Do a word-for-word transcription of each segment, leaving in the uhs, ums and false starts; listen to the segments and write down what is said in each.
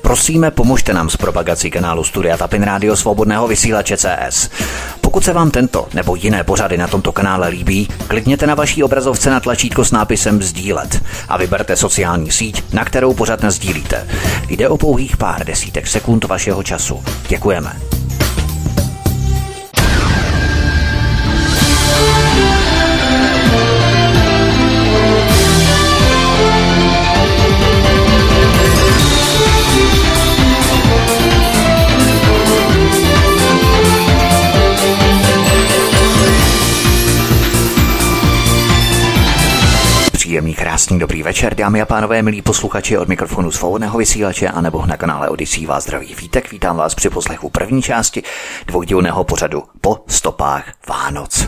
Prosíme, pomožte nám s propagací kanálu Studia Tapin Rádio Svobodného vysílače C S. Pokud se vám tento nebo jiné pořady na tomto kanále líbí, klikněte na vaší obrazovce na tlačítko s nápisem sdílet a vyberte sociální síť, na kterou pořad nasdílíte. Jde o pouhých pár desítek sekund vašeho času. Děkujeme. Příjemný, krásný, dobrý večer, dámy a pánové, milí posluchači, od mikrofonu Svobodného vysílače a nebo na kanále Odyssey vás zdraví Vítek. Vítám vás při poslechu první části dvoudílného pořadu Po stopách Vánoc.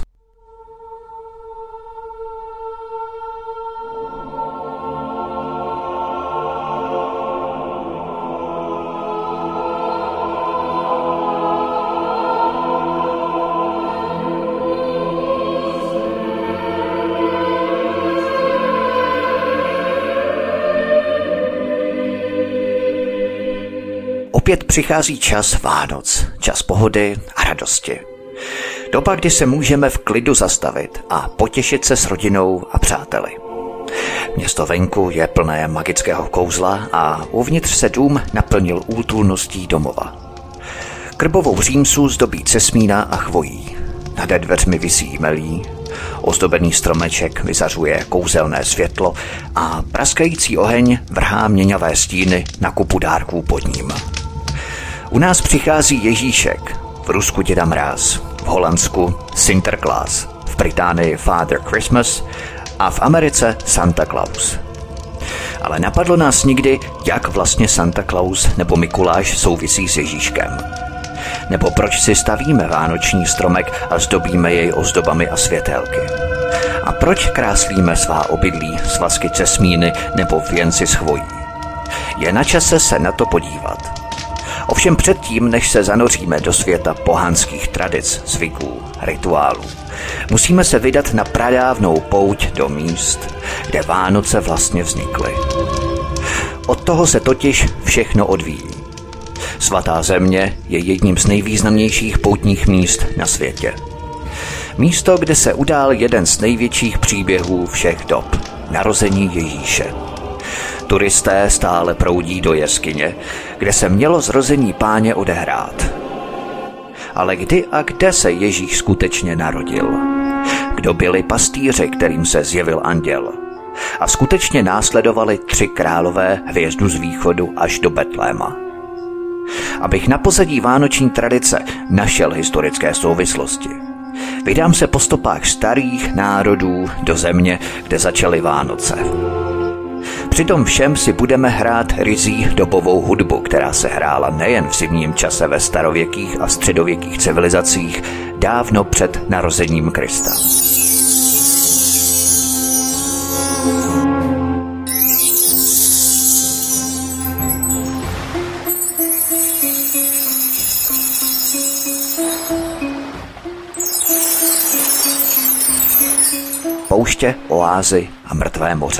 Opět přichází čas Vánoc, čas pohody a radosti. Doba, kdy se můžeme v klidu zastavit a potěšit se s rodinou a přáteli. Město venku je plné magického kouzla a uvnitř se dům naplnil útulností domova. Krbovou římsu zdobí cesmína a chvojí. Nade dveřmi visí melí, ozdobený stromeček vyzařuje kouzelné světlo a praskající oheň vrhá měňavé stíny na kupu dárků pod ním. U nás přichází Ježíšek, v Rusku Děda Mráz, v Holandsku Sinterklaas, v Británii Father Christmas a v Americe Santa Claus. Ale napadlo nás nikdy, jak vlastně Santa Claus nebo Mikuláš souvisí s Ježíškem. Nebo proč si stavíme vánoční stromek a zdobíme jej ozdobami a světélky. A proč kráslíme svá obydlí svazky cesmíny nebo věnci z chvojí. Je na čase se na to podívat. Ovšem předtím, než se zanoříme do světa pohanských tradic, zvyků, rituálů, musíme se vydat na pradávnou pouť do míst, kde Vánoce vlastně vznikly. Od toho se totiž všechno odvíjí. Svatá země je jedním z nejvýznamnějších poutních míst na světě. Místo, kde se udál jeden z největších příběhů všech dob, narození Ježíše. Turisté stále proudí do jeskyně, kde se mělo zrození Páně odehrát. Ale kdy a kde se Ježíš skutečně narodil? Kdo byli pastýři, kterým se zjevil anděl? A skutečně následovali tři králové hvězdu z východu až do Betléma. Abych na pozadí vánoční tradice našel historické souvislosti, vydám se po stopách starých národů do země, kde začaly Vánoce. Přitom všem si budeme hrát ryzí dobovou hudbu, která se hrála nejen v zimním čase ve starověkých a středověkých civilizacích dávno před narozením Krista. Pouště, oázy a mrtvé moře.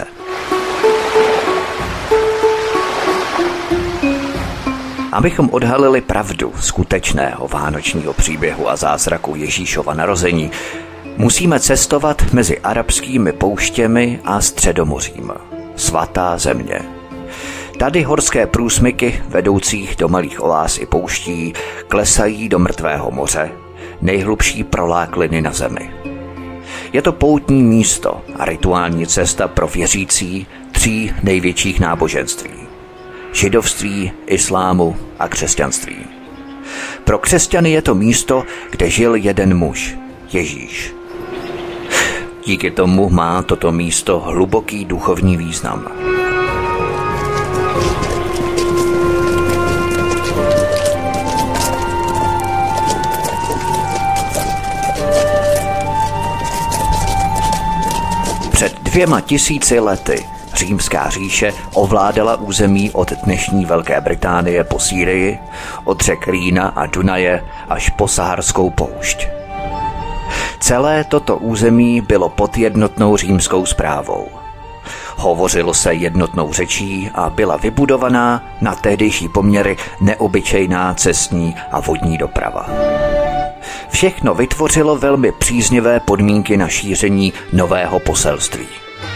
Abychom odhalili pravdu skutečného vánočního příběhu a zázraku Ježíšova narození, musíme cestovat mezi arabskými pouštěmi a Středomořím. Svatá země. Tady horské průsmyky vedoucích do malých oáz i pouští klesají do mrtvého moře, nejhlubší prolákliny na zemi. Je to poutní místo a rituální cesta pro věřící tří největších náboženství. Židovství, islámu a křesťanství. Pro křesťany je to místo, kde žil jeden muž, Ježíš. Díky tomu má toto místo hluboký duchovní význam. Před dvěma tisíci lety Římská říše ovládala území od dnešní Velké Británie po Sýrii, od řek Rýna a Dunaje až po Saharskou poušť. Celé toto území bylo pod jednotnou římskou správou. Hovořilo se jednotnou řečí a byla vybudovaná na tehdejší poměry neobyčejná cestní a vodní doprava. Všechno vytvořilo velmi příznivé podmínky na šíření nového poselství.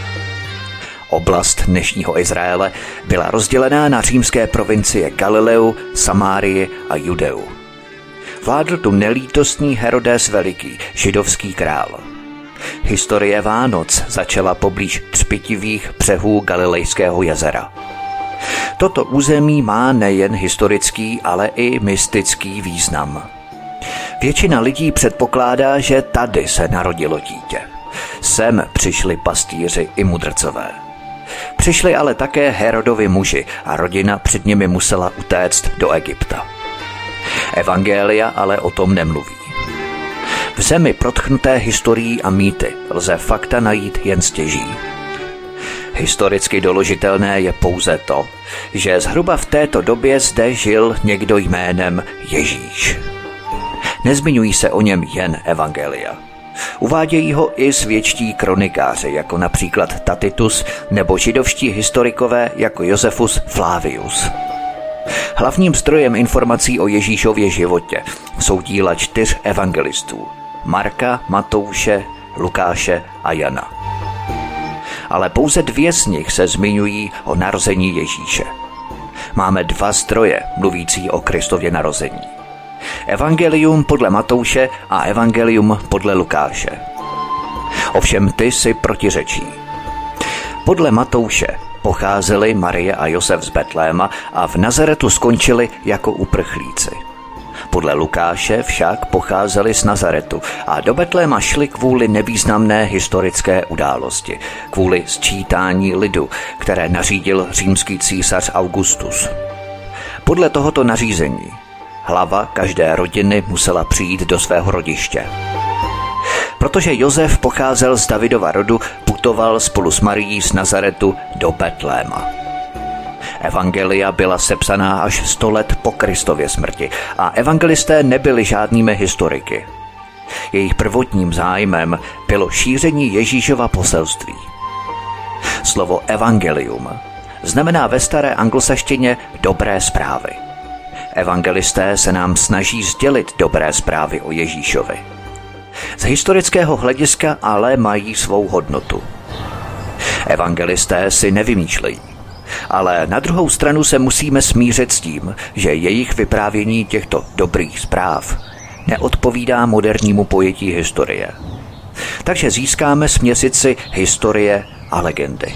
Oblast dnešního Izraele byla rozdělená na římské provincie Galileu, Samárii a Judeu. Vládl tu nelítostný Herodes Veliký, židovský král. Historie Vánoc začala poblíž třpitivých břehů Galilejského jezera. Toto území má nejen historický, ale i mystický význam. Většina lidí předpokládá, že tady se narodilo dítě. Sem přišli pastýři i mudrcové. Přišli ale také Herodovi muži a rodina před nimi musela utéct do Egypta. Evangelia ale o tom nemluví. V zemi protchnuté historií a mýty lze fakta najít jen stěží. Historicky doložitelné je pouze to, že zhruba v této době zde žil někdo jménem Ježíš. Nezmiňují se o něm jen evangelia. Uvádějí ho i svědčtí kronikáři, jako například Tacitus, nebo židovští historikové jako Josefus Flavius. Hlavním zdrojem informací o Ježíšově životě jsou díla čtyř evangelistů: Marka, Matouše, Lukáše a Jana. Ale pouze dvě z nich se zmiňují o narození Ježíše. Máme dva zdroje mluvící o Kristově narození. Evangelium podle Matouše a Evangelium podle Lukáše. Ovšem ty si protiřečí. Podle Matouše pocházeli Marie a Josef z Betléma a v Nazaretu skončili jako uprchlíci. Podle Lukáše však pocházeli z Nazaretu a do Betléma šli kvůli nevýznamné historické události, kvůli sčítání lidu, které nařídil římský císař Augustus. Podle tohoto nařízení hlava každé rodiny musela přijít do svého rodiště. Protože Josef pocházel z Davidova rodu, putoval spolu s Marií z Nazaretu do Betléma. Evangelia byla sepsaná až sto let po Kristově smrti a evangelisté nebyli žádnými historiky. Jejich prvotním zájmem bylo šíření Ježíšova poselství. Slovo evangelium znamená ve staré anglosaštině dobré zprávy. Evangelisté se nám snaží sdělit dobré zprávy o Ježíšovi. Z historického hlediska ale mají svou hodnotu. Evangelisté si nevymýšlejí, ale na druhou stranu se musíme smířit s tím, že jejich vyprávění těchto dobrých zpráv neodpovídá modernímu pojetí historie. Takže získáme směsici historie a legendy.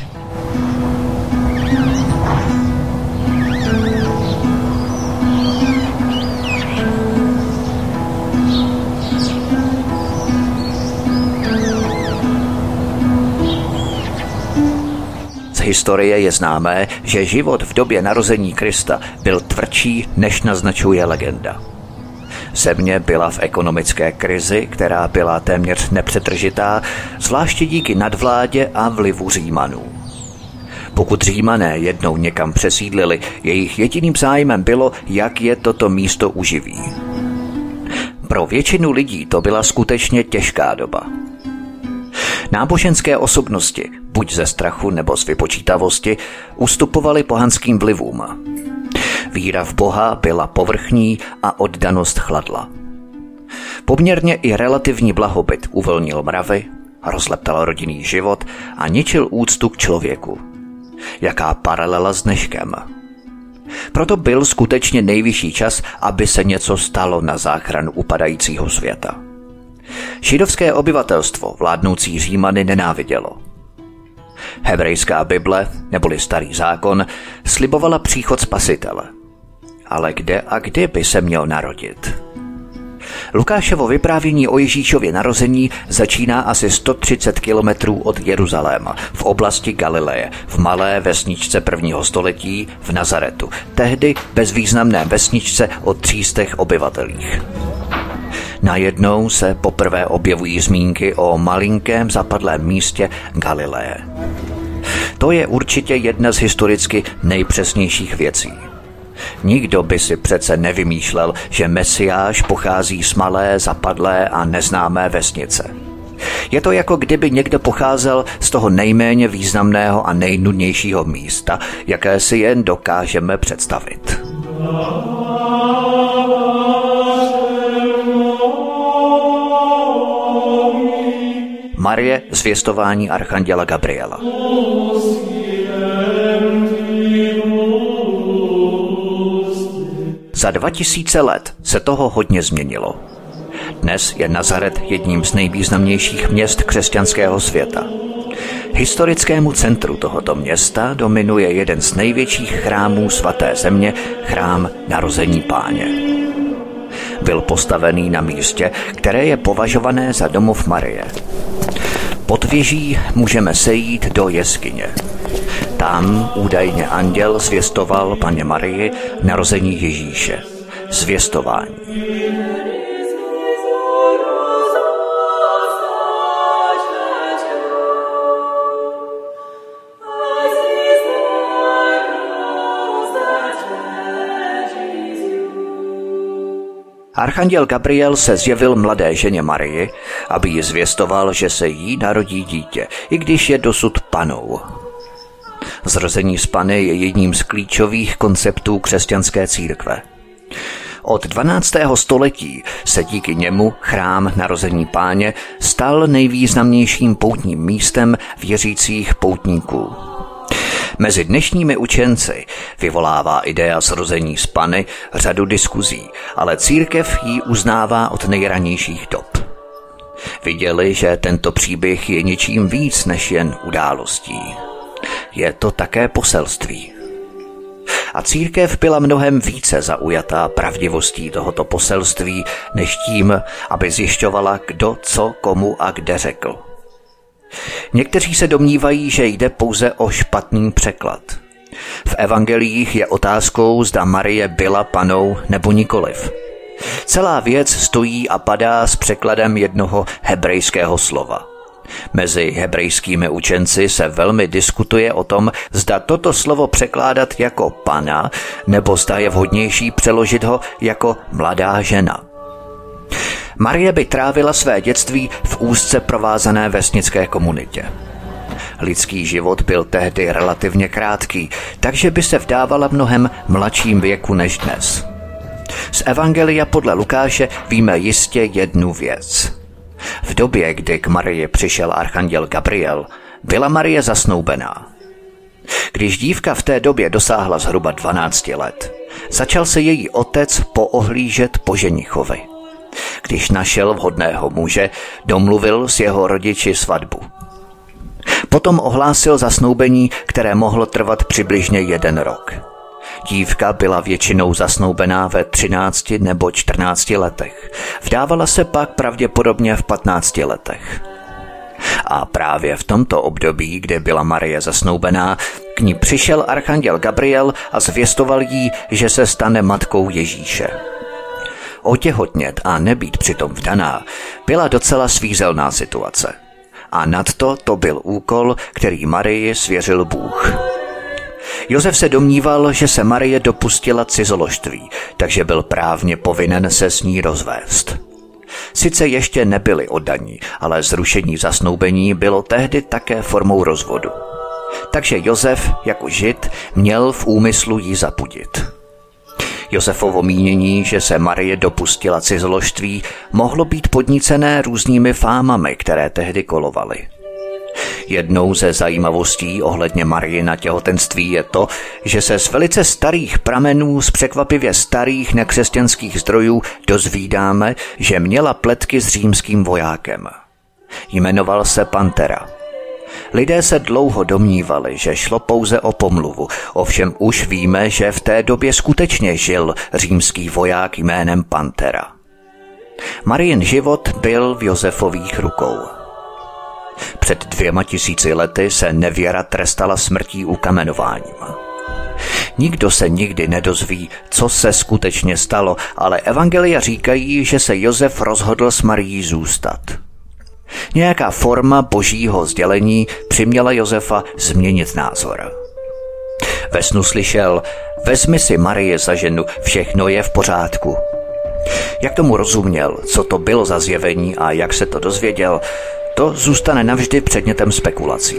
Historie je známé, že život v době narození Krista byl tvrdší, než naznačuje legenda. Země byla v ekonomické krizi, která byla téměř nepřetržitá, zvláště díky nadvládě a vlivu Římanů. Pokud Římané jednou někam přesídlili, jejich jediným zájmem bylo, jak je toto místo uživí. Pro většinu lidí to byla skutečně těžká doba. Náboženské osobnosti, buď ze strachu nebo z vypočítavosti, ustupovaly pohanským vlivům. Víra v Boha byla povrchní a oddanost chladla. Poměrně i relativní blahobyt uvolnil mravy, rozleptal rodinný život a ničil úctu k člověku. Jaká paralela s dneškem. Proto byl skutečně nejvyšší čas, aby se něco stalo na záchranu upadajícího světa. Židovské obyvatelstvo vládnoucí Římany nenávidělo. Hebrejská Bible, neboli Starý zákon, slibovala příchod Spasitele. Ale kde a kdy by se měl narodit? Lukášovo vyprávění o Ježíšově narození začíná asi sto třicet kilometrů od Jeruzaléma, v oblasti Galileje, v malé vesničce prvního století v Nazaretu, tehdy bezvýznamné vesničce o třístech obyvatelích. Najednou se poprvé objevují zmínky o malinkém zapadlém místě Galileje. To je určitě jedna z historicky nejpřesnějších věcí. Nikdo by si přece nevymýšlel, že Mesiáš pochází z malé, zapadlé a neznámé vesnice. Je to jako kdyby někdo pocházel z toho nejméně významného a nejnudnějšího místa, jaké si jen dokážeme představit. Marie, zvěstování archanděla Gabriela. Za dva tisíce let se toho hodně změnilo. Dnes je Nazaret jedním z nejvýznamnějších měst křesťanského světa. Historickému centru tohoto města dominuje jeden z největších chrámů svaté země, chrám Narození Páně. Byl postavený na místě, které je považované za domov Marie. Pod věží můžeme sejít do jeskyně. Tam údajně anděl zvěstoval Panně Marii narození Ježíše. Zvěstování. Archanděl Gabriel se zjevil mladé ženě Marii, aby ji zvěstoval, že se jí narodí dítě, i když je dosud panou. Zrození z Panny je jedním z klíčových konceptů křesťanské církve. Od dvanáctého století se díky němu chrám Narození Páně stal nejvýznamnějším poutním místem věřících poutníků. Mezi dnešními učenci vyvolává idea zrození z Panny řadu diskuzí, ale církev ji uznává od nejranějších dob. Viděli, že tento příběh je něčím víc než jen událostí. Je to také poselství. A církev byla mnohem více zaujatá pravdivostí tohoto poselství, než tím, aby zjišťovala, kdo co komu a kde řekl. Někteří se domnívají, že jde pouze o špatný překlad. V evangeliích je otázkou, zda Marie byla panou nebo nikoliv. Celá věc stojí a padá s překladem jednoho hebrejského slova. Mezi hebrejskými učenci se velmi diskutuje o tom, zda toto slovo překládat jako pana, nebo zda je vhodnější přeložit ho jako mladá žena. Marie by trávila své dětství v úzce provázané vesnické komunitě. Lidský život byl tehdy relativně krátký, takže by se vdávala v mnohem mladším věku než dnes. Z evangelia podle Lukáše víme jistě jednu věc. V době, kdy k Marii přišel archanděl Gabriel, byla Marie zasnoubená. Když dívka v té době dosáhla zhruba dvanácti let, začal se její otec poohlížet po ženichovi. Když našel vhodného muže, domluvil s jeho rodiči svatbu. Potom ohlásil zasnoubení, které mohlo trvat přibližně jeden rok. Dívka byla většinou zasnoubená ve třinácti nebo čtrnácti letech. Vdávala se pak pravděpodobně v patnácti letech. A právě v tomto období, kdy byla Marie zasnoubená, k ní přišel archanděl Gabriel a zvěstoval jí, že se stane matkou Ježíše. Otěhotnět a nebýt přitom vdaná byla docela svízelná situace. A nadto to byl úkol, který Marii svěřil Bůh. Josef se domníval, že se Marie dopustila cizoložství, takže byl právně povinen se s ní rozvést. Sice ještě nebyli oddaní, ale zrušení zasnoubení bylo tehdy také formou rozvodu. Takže Josef, jako žid, měl v úmyslu ji zapudit. Josefovo mínění, že se Marie dopustila cizoložství, mohlo být podnícené různými fámami, které tehdy kolovaly. Jednou ze zajímavostí ohledně Mariina těhotenství je to, že se z velice starých pramenů, z překvapivě starých nekřesťanských zdrojů dozvídáme, že měla pletky s římským vojákem. Jmenoval se Pantera. Lidé se dlouho domnívali, že šlo pouze o pomluvu, ovšem už víme, že v té době skutečně žil římský voják jménem Pantera. Mariin život byl v Josefových rukou. Před dvěma tisíci lety se nevěra trestala smrtí ukamenováním. Nikdo se nikdy nedozví, co se skutečně stalo, ale evangelia říkají, že se Josef rozhodl s Marií zůstat. Nějaká forma božího sdělení přiměla Josefa změnit názor. Ve snu slyšel: vezmi si Marii za ženu, všechno je v pořádku. Jak tomu rozuměl, co to bylo za zjevení a jak se to dozvěděl, to zůstane navždy předmětem spekulací.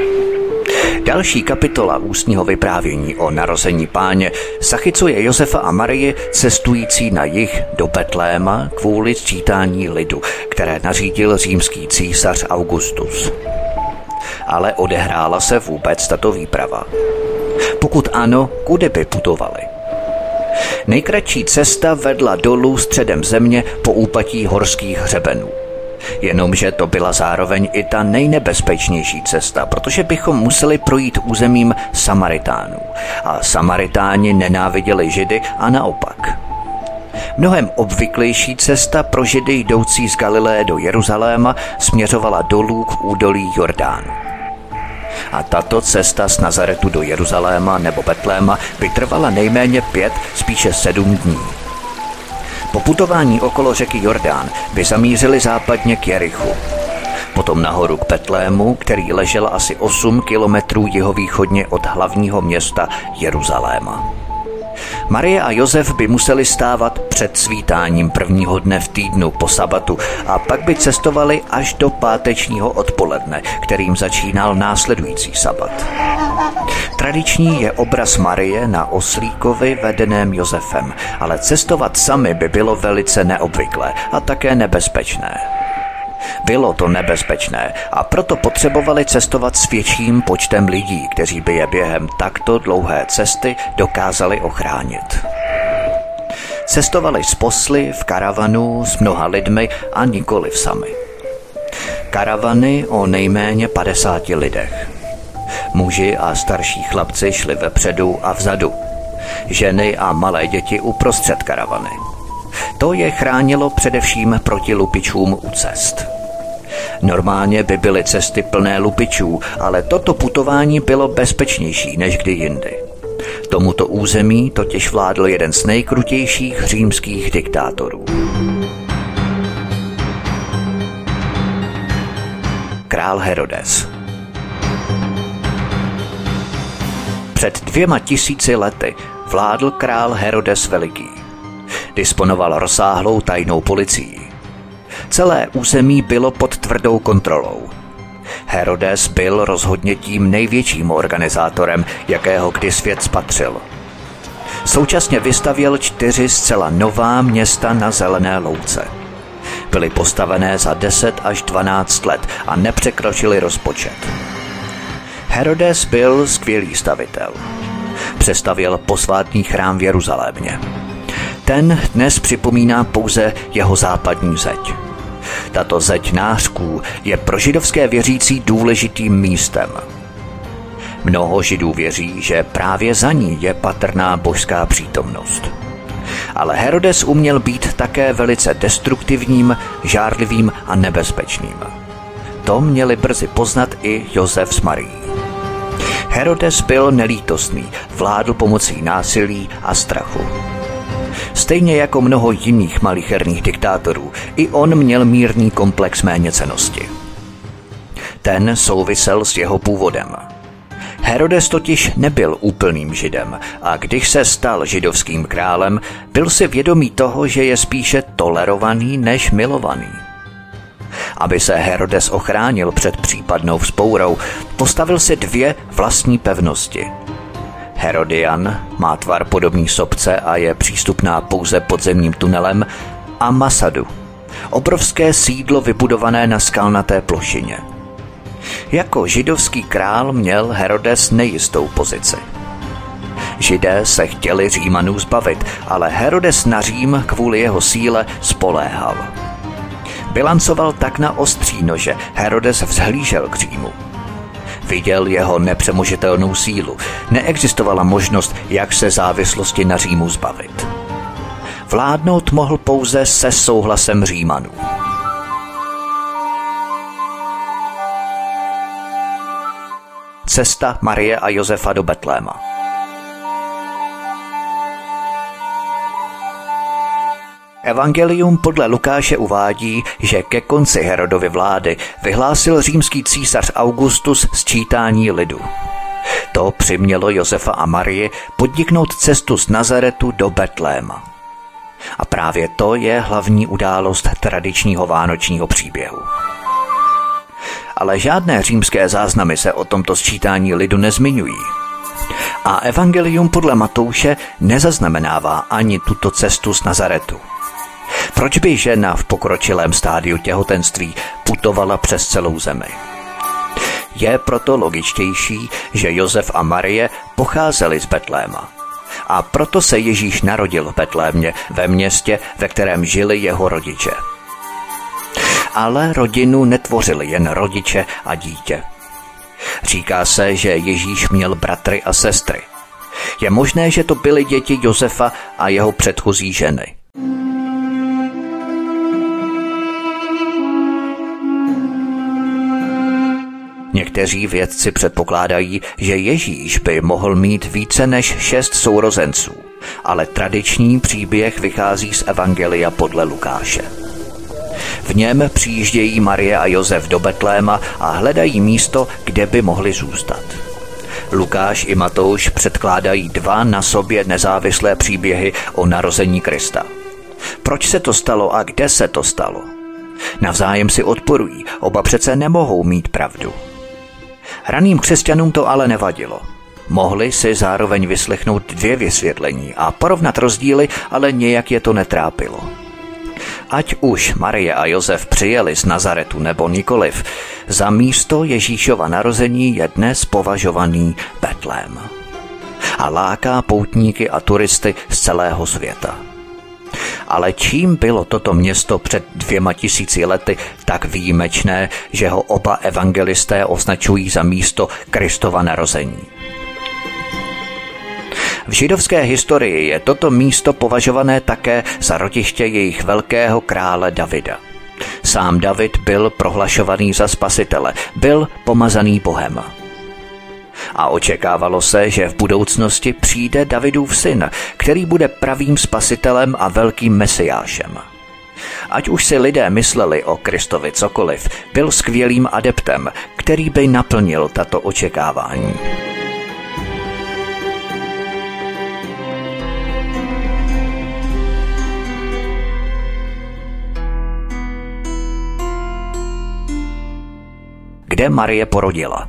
Další kapitola ústního vyprávění o narození Páně zachycuje Josefa a Marii cestující na jih do Betléma kvůli sčítání lidu, které nařídil římský císař Augustus. Ale odehrála se vůbec tato výprava? Pokud ano, kudy by putovali? Nejkratší cesta vedla dolů středem země po úpatí horských hřebenů. Jenomže to byla zároveň i ta nejnebezpečnější cesta, protože bychom museli projít územím Samaritánů. A Samaritáni nenáviděli Židy a naopak. Mnohem obvyklejší cesta pro Židy jdoucí z Galileje do Jeruzaléma směřovala dolů k údolí Jordánu. A tato cesta z Nazaretu do Jeruzaléma nebo Betléma by trvala nejméně pět, spíše sedm dní. Po putování okolo řeky Jordán by zamířili západně k Jerichu. Potom nahoru k Betlému, který ležel asi osm kilometrů jihovýchodně od hlavního města Jeruzaléma. Marie a Josef by museli stávat před svítáním prvního dne v týdnu po sabatu a pak by cestovali až do pátečního odpoledne, kterým začínal následující sabat. Tradiční je obraz Marie na oslíkovi vedeném Josefem, ale cestovat sami by bylo velice neobvyklé a také nebezpečné. Bylo to nebezpečné a proto potřebovali cestovat s větším počtem lidí, kteří by je během takto dlouhé cesty dokázali ochránit. Cestovali s posly, v karavanu, s mnoha lidmi a nikoliv sami. Karavany o nejméně padesáti lidech. Muži a starší chlapci šli vepředu a vzadu. Ženy a malé děti uprostřed karavany. To je chránilo především proti lupičům u cest. Normálně by byly cesty plné lupičů, ale toto putování bylo bezpečnější než kdy jindy. Tomuto území totiž vládl jeden z nejkrutějších římských diktátorů. Král Herodes. Před dvěma tisíci lety vládl král Herodes Veliký. Disponoval rozsáhlou tajnou policií. Celé území bylo pod tvrdou kontrolou. Herodes byl rozhodně tím největším organizátorem, jakého kdy svět spatřil. Současně vystavěl čtyři zcela nová města na zelené louce. Byly postavené za deset až dvanáct let a nepřekročili rozpočet. Herodes byl skvělý stavitel. Přestavěl posvátný chrám v Jeruzalémě. Ten dnes připomíná pouze jeho západní zeď. Tato zeď nářků je pro židovské věřící důležitým místem. Mnoho Židů věří, že právě za ní je patrná božská přítomnost. Ale Herodes uměl být také velice destruktivním, žárlivým a nebezpečným. To měli brzy poznat i Josef s Marií. Herodes byl nelítostný, vládl pomocí násilí a strachu. Stejně jako mnoho jiných malicherných diktátorů, i on měl mírný komplex méněcennosti. Ten souvisel s jeho původem. Herodes totiž nebyl úplným Židem a když se stal židovským králem, byl si vědomý toho, že je spíše tolerovaný než milovaný. Aby se Herodes ochránil před případnou vzpourou, postavil si dvě vlastní pevnosti. Herodian má tvar podobný sopce a je přístupná pouze podzemním tunelem, a Masadu, obrovské sídlo vybudované na skalnaté plošině. Jako židovský král měl Herodes nejistou pozici. Židé se chtěli Římanů zbavit, ale Herodes na Řím kvůli jeho síle spoléhal. Bilancoval tak na ostří nože, Herodes vzhlížel k Římu. Viděl jeho nepřemožitelnou sílu. Neexistovala možnost, jak se závislosti na Římu zbavit. Vládnout mohl pouze se souhlasem Římanů. Cesta Marie a Josefa do Betléma. Evangelium podle Lukáše uvádí, že ke konci Herodovy vlády vyhlásil římský císař Augustus sčítání lidu. To přimělo Josefa a Marii podniknout cestu z Nazaretu do Betléma. A právě to je hlavní událost tradičního vánočního příběhu. ale žádné římské záznamy se o tomto sčítání lidu nezmiňují. A evangelium podle Matouše nezaznamenává ani tuto cestu z Nazaretu. Proč by žena v pokročilém stádiu těhotenství putovala přes celou zemi? Je proto logičtější, že Josef a Marie pocházeli z Betléma. A proto se Ježíš narodil v Betlémě, ve městě, ve kterém žili jeho rodiče. Ale rodinu netvořili jen rodiče a dítě. Říká se, že Ježíš měl bratry a sestry. Je možné, že to byly děti Josefa a jeho předchozí ženy. Někteří vědci předpokládají, že Ježíš by mohl mít více než šest sourozenců, ale tradiční příběh vychází z Evangelia podle Lukáše. V něm přijíždějí Marie a Josef do Betléma a hledají místo, kde by mohli zůstat. Lukáš i Matouš předkládají dva na sobě nezávislé příběhy o narození Krista. Proč se to stalo a kde se to stalo? Navzájem si odporují, oba přece nemohou mít pravdu. Raným křesťanům to ale nevadilo. Mohli si zároveň vyslechnout dvě vysvětlení a porovnat rozdíly, ale nějak je to netrápilo. Ať už Marie a Josef přijeli z Nazaretu nebo nikoliv, za místo Ježíšova narození je dnes považovaný Betlém. A láká poutníky a turisty z celého světa. Ale čím bylo toto město před dvěma tisíci lety tak výjimečné, že ho oba evangelisté označují za místo Kristova narození? V židovské historii je toto místo považované také za rodiště jejich velkého krále Davida. Sám David byl prohlašovaný za spasitele, byl pomazaný Bohem. A očekávalo se, že v budoucnosti přijde Davidův syn, který bude pravým spasitelem a velkým mesiášem. Ať už si lidé mysleli o Kristovi cokoliv, byl skvělým adeptem, který by naplnil tato očekávání. Kde Marie porodila?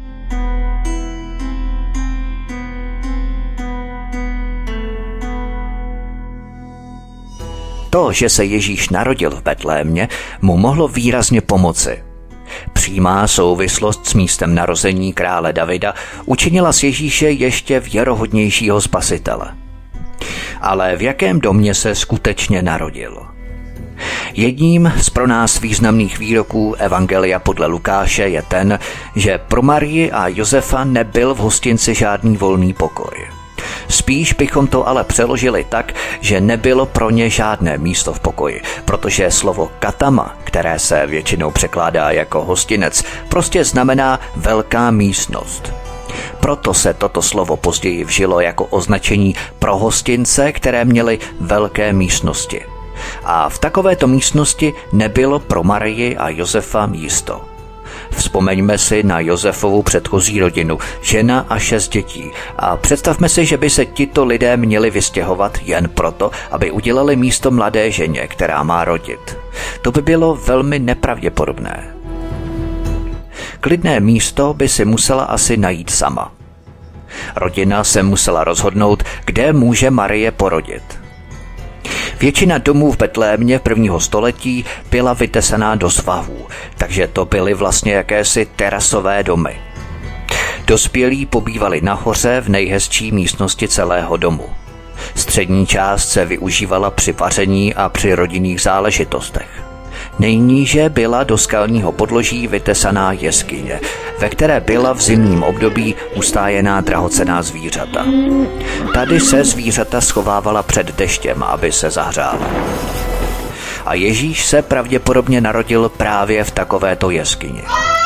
To, že se Ježíš narodil v Betlémě, mu mohlo výrazně pomoci. Přímá souvislost s místem narození krále Davida učinila z Ježíše ještě věrohodnějšího spasitele. Ale v jakém domě se skutečně narodil? Jedním z pro nás významných výroků Evangelia podle Lukáše je ten, že pro Marii a Josefa nebyl v hostinci žádný volný pokoj. Spíš bychom to ale přeložili tak, že nebylo pro ně žádné místo v pokoji, protože slovo katama, které se většinou překládá jako hostinec, prostě znamená velká místnost. Proto se toto slovo později vžilo jako označení pro hostince, které měly velké místnosti. A v takovéto místnosti nebylo pro Marii a Josefa místo. Vzpomeňme si na Josefovu předchozí rodinu, žena a šest dětí, a představme si, že by se tito lidé měli vystěhovat jen proto, aby udělali místo mladé ženě, která má rodit. To by bylo velmi nepravděpodobné. Klidné místo by si musela asi najít sama. Rodina se musela rozhodnout, kde může Marie porodit. Většina domů v Betlémě prvního století byla vytesaná do svahů, takže to byly vlastně jakési terasové domy. Dospělí pobývali nahoře v nejhezčí místnosti celého domu. Střední část se využívala při vaření a při rodinných záležitostech. Nejníže byla do skalního podloží vytesaná jeskyně, ve které byla v zimním období ustájená drahocenná zvířata. Tady se zvířata schovávala před deštěm, aby se zahřála. A Ježíš se pravděpodobně narodil právě v takovéto jeskyni.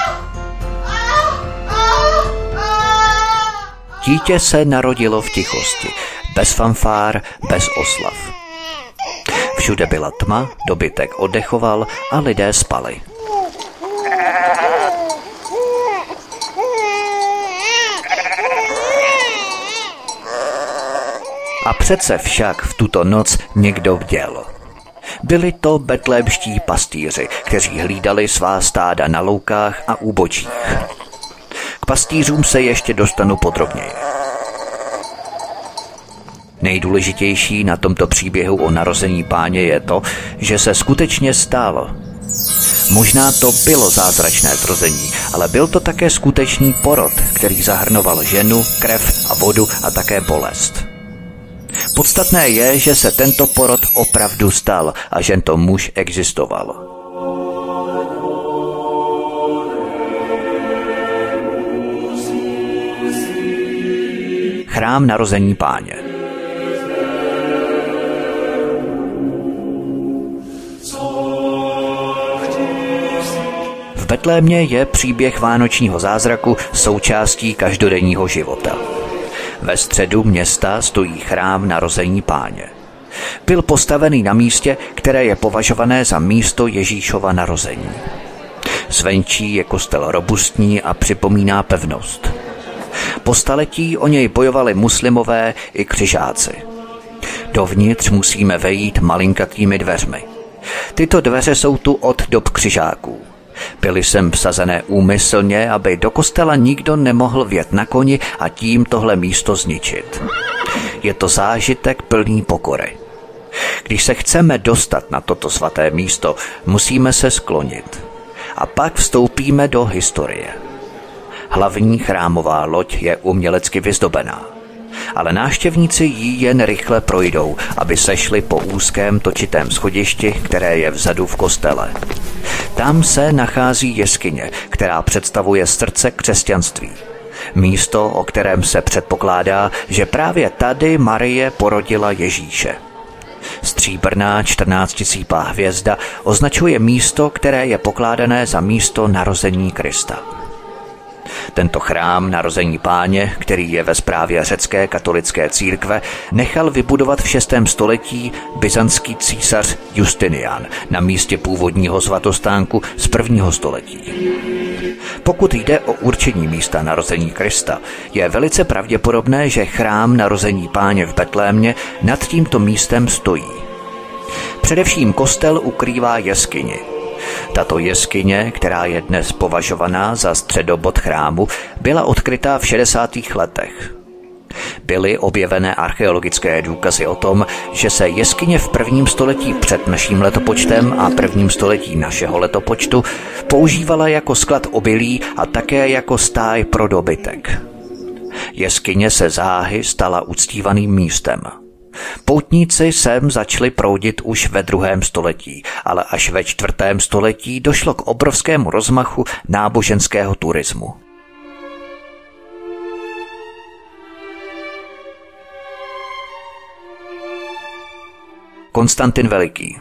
Dítě se narodilo v tichosti, bez fanfár, bez oslav. Všude byla tma, dobytek oddechoval a lidé spali. A přece však v tuto noc někdo bděl. Byli to betlémští pastýři, kteří hlídali svá stáda na loukách a úbočích. K pastýřům se ještě dostanu podrobněji. Nejdůležitější na tomto příběhu o narození Páně je to, že se skutečně stalo. Možná to bylo zázračné zrození, ale byl to také skutečný porod, který zahrnoval ženu, krev a vodu a také bolest. Podstatné je, že se tento porod opravdu stal a že to muž existoval. Chrám narození Páně. V Betlémě je příběh vánočního zázraku součástí každodenního života. Ve středu města stojí chrám narození Páně. Byl postavený na místě, které je považované za místo Ježíšova narození. Zvenčí je kostel robustní a připomíná pevnost. Po staletí o něj bojovali muslimové i křižáci. Dovnitř musíme vejít malinkatými dveřmi. Tyto dveře jsou tu od dob křižáků. Byly sem vsazené úmyslně, aby do kostela nikdo nemohl vjet na koni a tím tohle místo zničit. Je to zážitek plný pokory. Když se chceme dostat na toto svaté místo, musíme se sklonit. A pak vstoupíme do historie. Hlavní chrámová loď je umělecky vyzdobená. Ale návštěvníci jí jen rychle projdou, aby sešli po úzkém točitém schodišti, které je vzadu v kostele. Tam se nachází jeskyně, která představuje srdce křesťanství. Místo, o kterém se předpokládá, že právě tady Marie porodila Ježíše. Stříbrná čtrnáctisípá hvězda označuje místo, které je pokládané za místo narození Krista. Tento chrám narození Páně, který je ve správě řecké katolické církve, nechal vybudovat v šestém století byzantský císař Justinian na místě původního svatostánku z prvního století. Pokud jde o určení místa narození Krista, je velice pravděpodobné, že chrám narození Páně v Betlémě nad tímto místem stojí. Především kostel ukrývá jeskyni. Tato jeskyně, která je dnes považovaná za středobod chrámu, byla odkrytá v šedesátých letech. Byly objevené archeologické důkazy o tom, že se jeskyně v prvním století před naším letopočtem a prvním století našeho letopočtu používala jako sklad obilí a také jako stáj pro dobytek. Jeskyně se záhy stala uctívaným místem. Poutníci sem začali proudit už ve druhém století, ale až ve čtvrtém století došlo k obrovskému rozmachu náboženského turismu. Konstantin Veliký.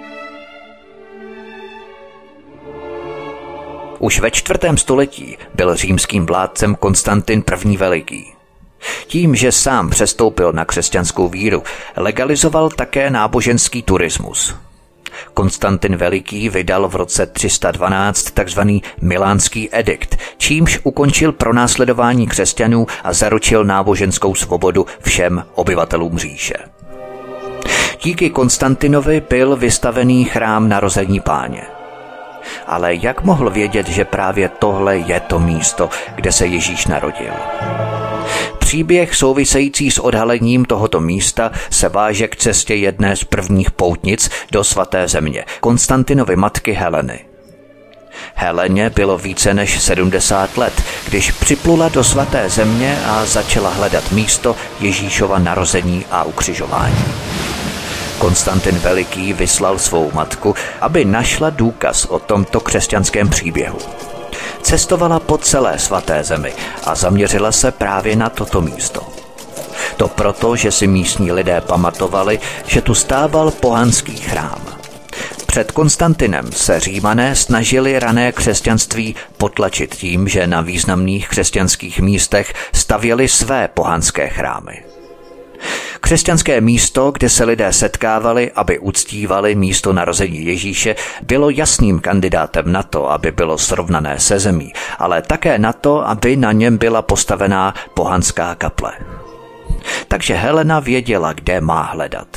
Už ve čtvrtém století byl římským vládcem Konstantin první Veliký. Tím, že sám přestoupil na křesťanskou víru, legalizoval také náboženský turismus. Konstantin Veliký vydal v roce tři sta dvanáct takzvaný Milánský edikt, čímž ukončil pronásledování křesťanů a zaručil náboženskou svobodu všem obyvatelům říše. Díky Konstantinovi byl vystavený chrám narození Páně. Ale jak mohl vědět, že právě tohle je to místo, kde se Ježíš narodil? Příběh související s odhalením tohoto místa se váže k cestě jedné z prvních poutnic do svaté země, Konstantinovy matky Heleny. Heleně bylo více než sedmdesát let, když připlula do svaté země a začala hledat místo Ježíšova narození a ukřižování. Konstantin Veliký vyslal svou matku, aby našla důkaz o tomto křesťanském příběhu. Cestovala po celé svaté zemi a zaměřila se právě na toto místo. To proto, že si místní lidé pamatovali, že tu stával pohanský chrám. Před Konstantinem se Římané snažili rané křesťanství potlačit tím, že na významných křesťanských místech stavěli své pohanské chrámy. Křesťanské místo, kde se lidé setkávali, aby uctívali místo narození Ježíše, bylo jasným kandidátem na to, aby bylo srovnané se zemí, ale také na to, aby na něm byla postavená pohanská kaple. Takže Helena věděla, kde má hledat.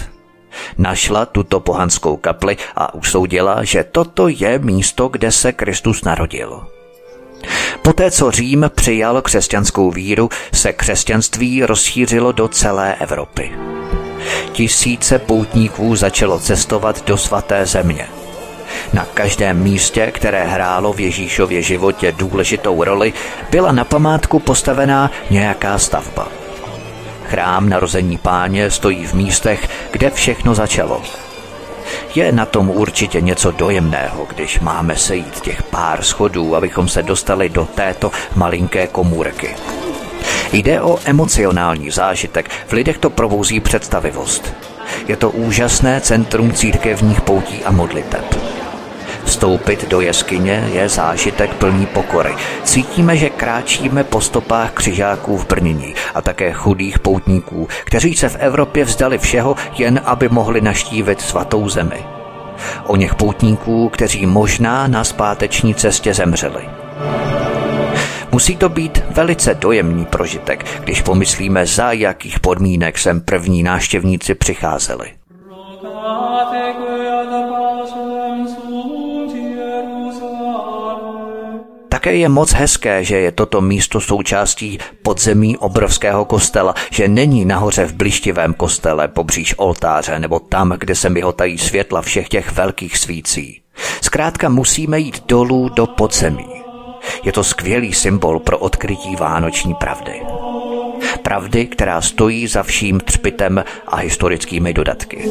Našla tuto pohanskou kapli a usoudila, že toto je místo, kde se Kristus narodil. Poté, co Řím přijal křesťanskou víru, se křesťanství rozšířilo do celé Evropy. Tisíce poutníků začalo cestovat do svaté země. Na každém místě, které hrálo v Ježíšově životě důležitou roli, byla na památku postavená nějaká stavba. Chrám narození Páně stojí v místech, kde všechno začalo. Je na tom určitě něco dojemného, když máme sejít těch pár schodů, abychom se dostali do této malinké komůrky. Jde o emocionální zážitek, v lidech to probouzí představivost. Je to úžasné centrum církevních poutí a modliteb. Vstoupit do jeskyně je zážitek plný pokory. Cítíme, že kráčíme po stopách křižáků v brnění a také chudých poutníků, kteří se v Evropě vzdali všeho, jen aby mohli navštívit svatou zemi. O něch poutníků, kteří možná na zpáteční cestě zemřeli. Musí to být velice dojemný prožitek, když pomyslíme, za jakých podmínek sem první návštěvníci přicházeli. Také je moc hezké, že je toto místo součástí podzemí obrovského kostela, že není nahoře v blištivém kostele poblíž oltáře nebo tam, kde se myhotají světla všech těch velkých svící. Zkrátka musíme jít dolů do podzemí. Je to skvělý symbol pro odkrytí vánoční pravdy. Pravdy, která stojí za vším třpitem a historickými dodatky.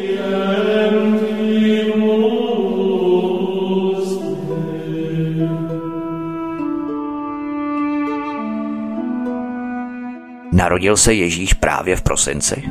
Narodil se Ježíš právě v prosinci?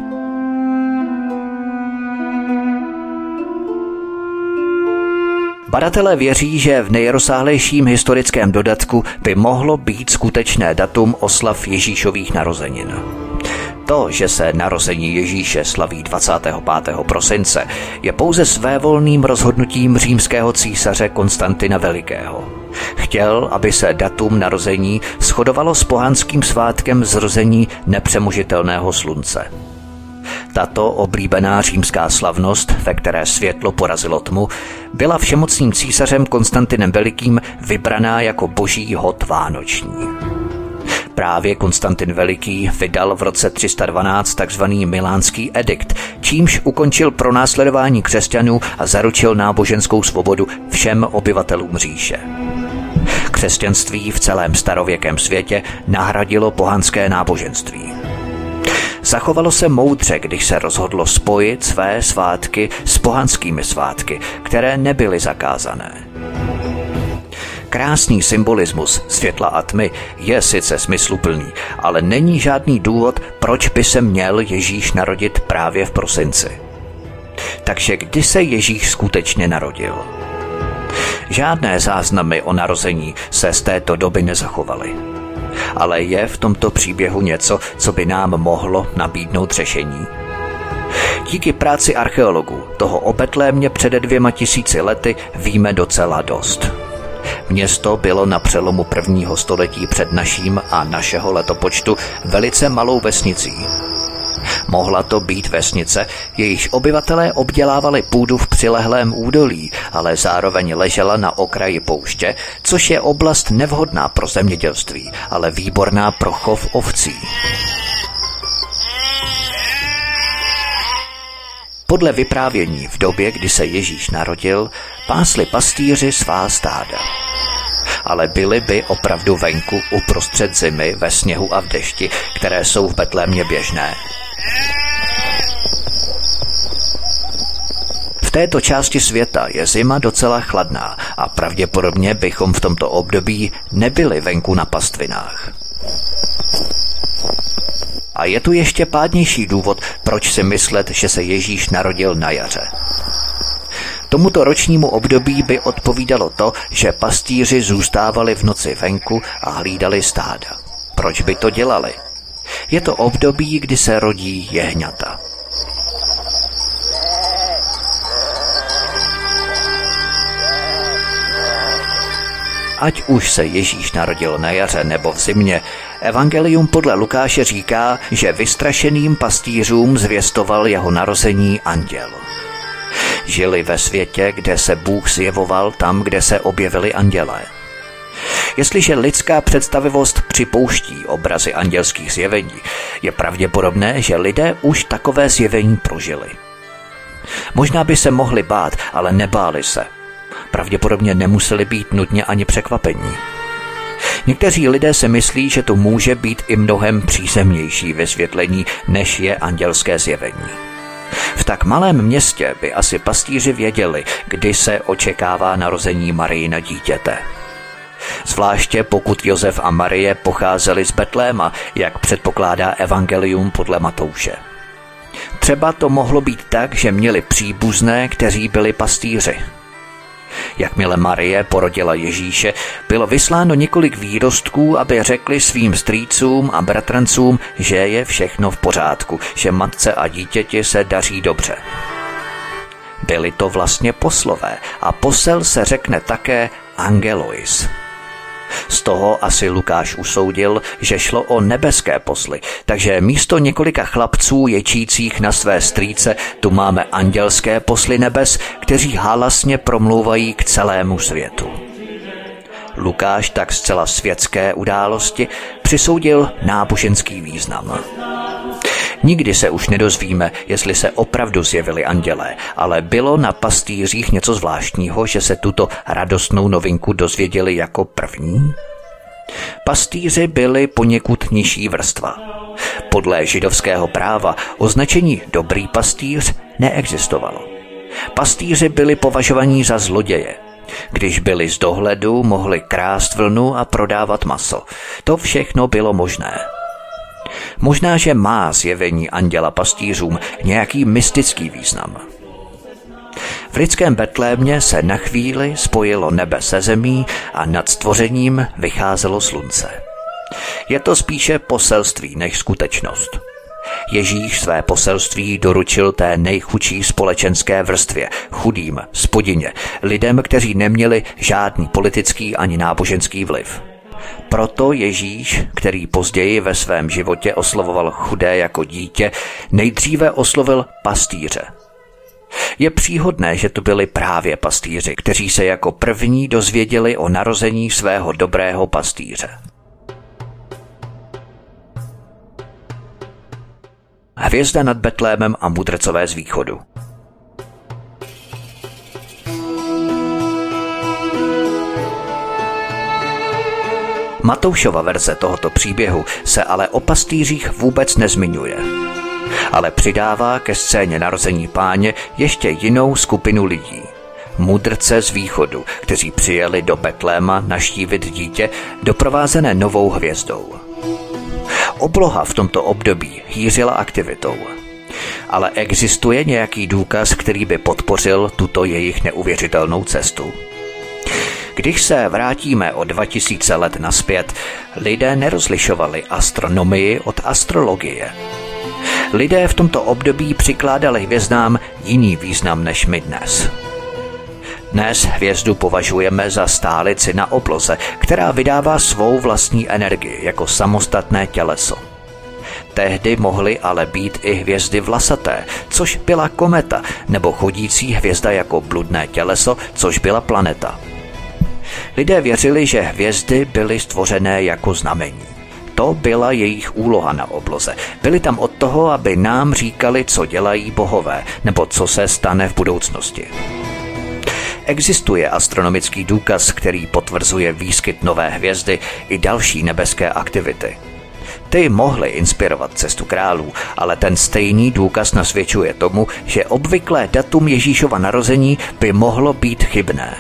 Badatelé věří, že v nejrozsáhlejším historickém dodatku by mohlo být skutečné datum oslav Ježíšových narozenin. To, že se narození Ježíše slaví dvacátého pátého prosince, je pouze svévolným rozhodnutím římského císaře Konstantina Velikého. Chtěl, aby se datum narození shodovalo s pohanským svátkem zrození nepřemožitelného slunce. Tato oblíbená římská slavnost, ve které světlo porazilo tmu, byla všemocným císařem Konstantinem Velikým vybraná jako boží hod vánoční. Právě Konstantin Veliký vydal v roce tři sta dvanáct takzvaný Milánský edikt, čímž ukončil pronásledování křesťanů a zaručil náboženskou svobodu všem obyvatelům říše. Křesťanství v celém starověkém světě nahradilo pohanské náboženství. Zachovalo se moudře, když se rozhodlo spojit své svátky s pohanskými svátky, které nebyly zakázané. Krásný symbolismus světla a tmy je sice smysluplný, ale není žádný důvod, proč by se měl Ježíš narodit právě v prosinci. Takže kdy se Ježíš skutečně narodil? Žádné záznamy o narození se z této doby nezachovaly. Ale je v tomto příběhu něco, co by nám mohlo nabídnout řešení. Díky práci archeologů toho o Betlémě před dvěma tisíci lety víme docela dost. Město bylo na přelomu prvního století před naším a našeho letopočtu velice malou vesnicí. Mohla to být vesnice, jejíž obyvatelé obdělávali půdu v přilehlém údolí, ale zároveň ležela na okraji pouště, což je oblast nevhodná pro zemědělství, ale výborná pro chov ovcí. Podle vyprávění v době, kdy se Ježíš narodil, pásli pastýři svá stáda. Ale byli by opravdu venku uprostřed zimy ve sněhu a v dešti, které jsou v Betlémě běžné. V této části světa je zima docela chladná a pravděpodobně bychom v tomto období nebyli venku na pastvinách. A je tu ještě pádnější důvod, proč si myslet, že se Ježíš narodil na jaře. Tomuto ročnímu období by odpovídalo to, že pastýři zůstávali v noci venku a hlídali stáda. Proč by to dělali? Je to období, kdy se rodí jehňata. Ať už se Ježíš narodil na jaře nebo v zimě, Evangelium podle Lukáše říká, že vystrašeným pastýřům zvěstoval jeho narození anděl. Žili ve světě, kde se Bůh zjevoval tam, kde se objevili andělé. Jestliže lidská představivost připouští obrazy andělských zjevení, je pravděpodobné, že lidé už takové zjevení prožili. Možná by se mohli bát, ale nebáli se. Pravděpodobně nemuseli být nutně ani překvapení. Někteří lidé se myslí, že to může být i mnohem přízemnější vysvětlení, než je andělské zjevení. V tak malém městě by asi pastýři věděli, kdy se očekává narození Marijina dítěte. Zvláště pokud Josef a Marie pocházeli z Betléma, jak předpokládá Evangelium podle Matouše. Třeba to mohlo být tak, že měli příbuzné, kteří byli pastýři. Jakmile Marie porodila Ježíše, bylo vysláno několik výrostků, aby řekli svým strýcům a bratrancům, že je všechno v pořádku, že matce a dítěti se daří dobře. Byli to vlastně poslové a posel se řekne také angelois. Z toho asi Lukáš usoudil, že šlo o nebeské posly, takže místo několika chlapců ječících na své strýce tu máme andělské posly nebes, kteří halasně promlouvají k celému světu. Lukáš tak zcela světské události přisoudil náboženský význam. Nikdy se už nedozvíme, jestli se opravdu zjevili andělé, ale bylo na pastýřích něco zvláštního, že se tuto radostnou novinku dozvěděli jako první? Pastýři byli poněkud nižší vrstva. Podle židovského práva označení dobrý pastýř neexistovalo. Pastýři byli považovaní za zloděje. Když byli z dohledu, mohli krást vlnu a prodávat maso. To všechno bylo možné. Možná, že má zjevení anděla pastýřům nějaký mystický význam. V lidském Betlémě se na chvíli spojilo nebe se zemí a nad stvořením vycházelo slunce. Je to spíše poselství než skutečnost. Ježíš své poselství doručil té nejchudší společenské vrstvě, chudým, spodině, lidem, kteří neměli žádný politický ani náboženský vliv. Proto Ježíš, který později ve svém životě oslovoval chudé jako dítě, nejdříve oslovil pastýře. Je příhodné, že to byli právě pastýři, kteří se jako první dozvěděli o narození svého dobrého pastýře. Hvězda nad Betlémem a mudrcové z východu. Matoušova verze tohoto příběhu se ale o pastýřích vůbec nezmiňuje, ale přidává ke scéně narození Páně ještě jinou skupinu lidí. Mudrce z východu, kteří přijeli do Betléma navštívit dítě, doprovázené novou hvězdou. Obloha v tomto období hýřila aktivitou. Ale existuje nějaký důkaz, který by podpořil tuto jejich neuvěřitelnou cestu? Když se vrátíme o dva tisíce let naspět, lidé nerozlišovali astronomii od astrologie. Lidé v tomto období přikládali hvězdám jiný význam než my dnes. Dnes hvězdu považujeme za stálici na obloze, která vydává svou vlastní energii jako samostatné těleso. Tehdy mohly ale být i hvězdy vlasaté, což byla kometa, nebo chodící hvězda jako bludné těleso, což byla planeta. Lidé věřili, že hvězdy byly stvořené jako znamení. To byla jejich úloha na obloze. Byli tam od toho, aby nám říkali, co dělají bohové, nebo co se stane v budoucnosti. Existuje astronomický důkaz, který potvrzuje výskyt nové hvězdy i další nebeské aktivity. Ty mohly inspirovat cestu králů, ale ten stejný důkaz nasvědčuje tomu, že obvyklé datum Ježíšova narození by mohlo být chybné.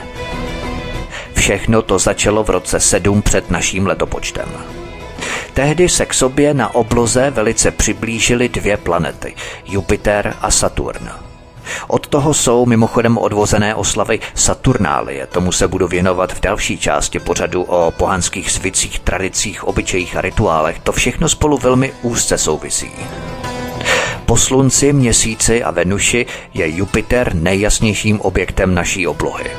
Všechno to začalo v roce sedm před naším letopočtem. Tehdy se k sobě na obloze velice přiblížily dvě planety, Jupiter a Saturn. Od toho jsou mimochodem odvozené oslavy Saturnálie, tomu se budu věnovat v další části pořadu o pohanských zvycích, tradicích, obyčejích a rituálech. To všechno spolu velmi úzce souvisí. Po Slunci, Měsíci a Venuši je Jupiter nejjasnějším objektem naší oblohy.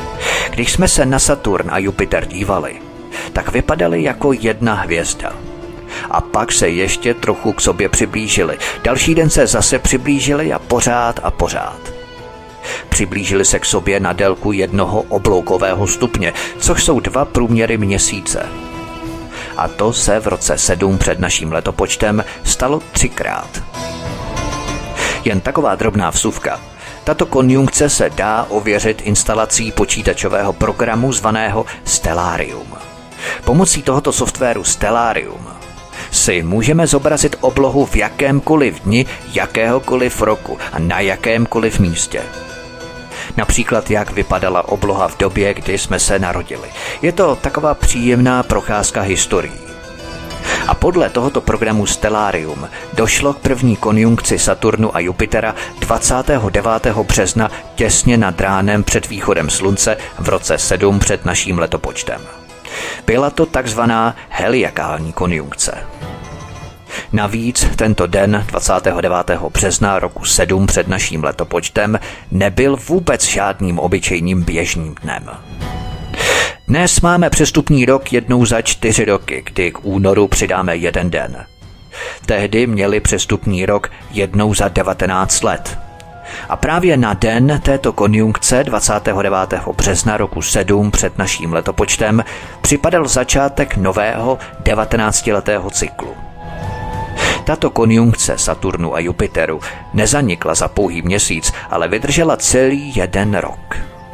Když jsme se na Saturn a Jupiter dívali, tak vypadaly jako jedna hvězda. A pak se ještě trochu k sobě přiblížili. Další den se zase přiblížili a pořád a pořád. Přiblížili se k sobě na délku jednoho obloukového stupně, což jsou dva průměry měsíce. A to se v roce sedm před naším letopočtem stalo třikrát. Jen taková drobná vsuvka. Tato konjunkce se dá ověřit instalací počítačového programu zvaného Stellarium. Pomocí tohoto softwaru Stellarium si můžeme zobrazit oblohu v jakémkoliv dni, jakéhokoliv roku a na jakémkoliv místě. Například, jak vypadala obloha v době, kdy jsme se narodili. Je to taková příjemná procházka historií. A podle tohoto programu Stellarium došlo k první konjunkci Saturnu a Jupitera dvacátého devátého března těsně nad ránem před východem slunce v roce sedm před naším letopočtem. Byla to takzvaná heliakální konjunkce. Navíc tento den dvacátého devátého března roku sedm před naším letopočtem nebyl vůbec žádným obyčejným běžným dnem. Dnes máme přestupný rok jednou za čtyři roky, kdy k únoru přidáme jeden den. Tehdy měli přestupný rok jednou za devatenáct let. A právě na den této konjunkce dvacátého devátého března roku sedm před naším letopočtem připadal začátek nového devatenáctiletého cyklu. Tato konjunkce Saturnu a Jupiteru nezanikla za pouhý měsíc, ale vydržela celý jeden rok.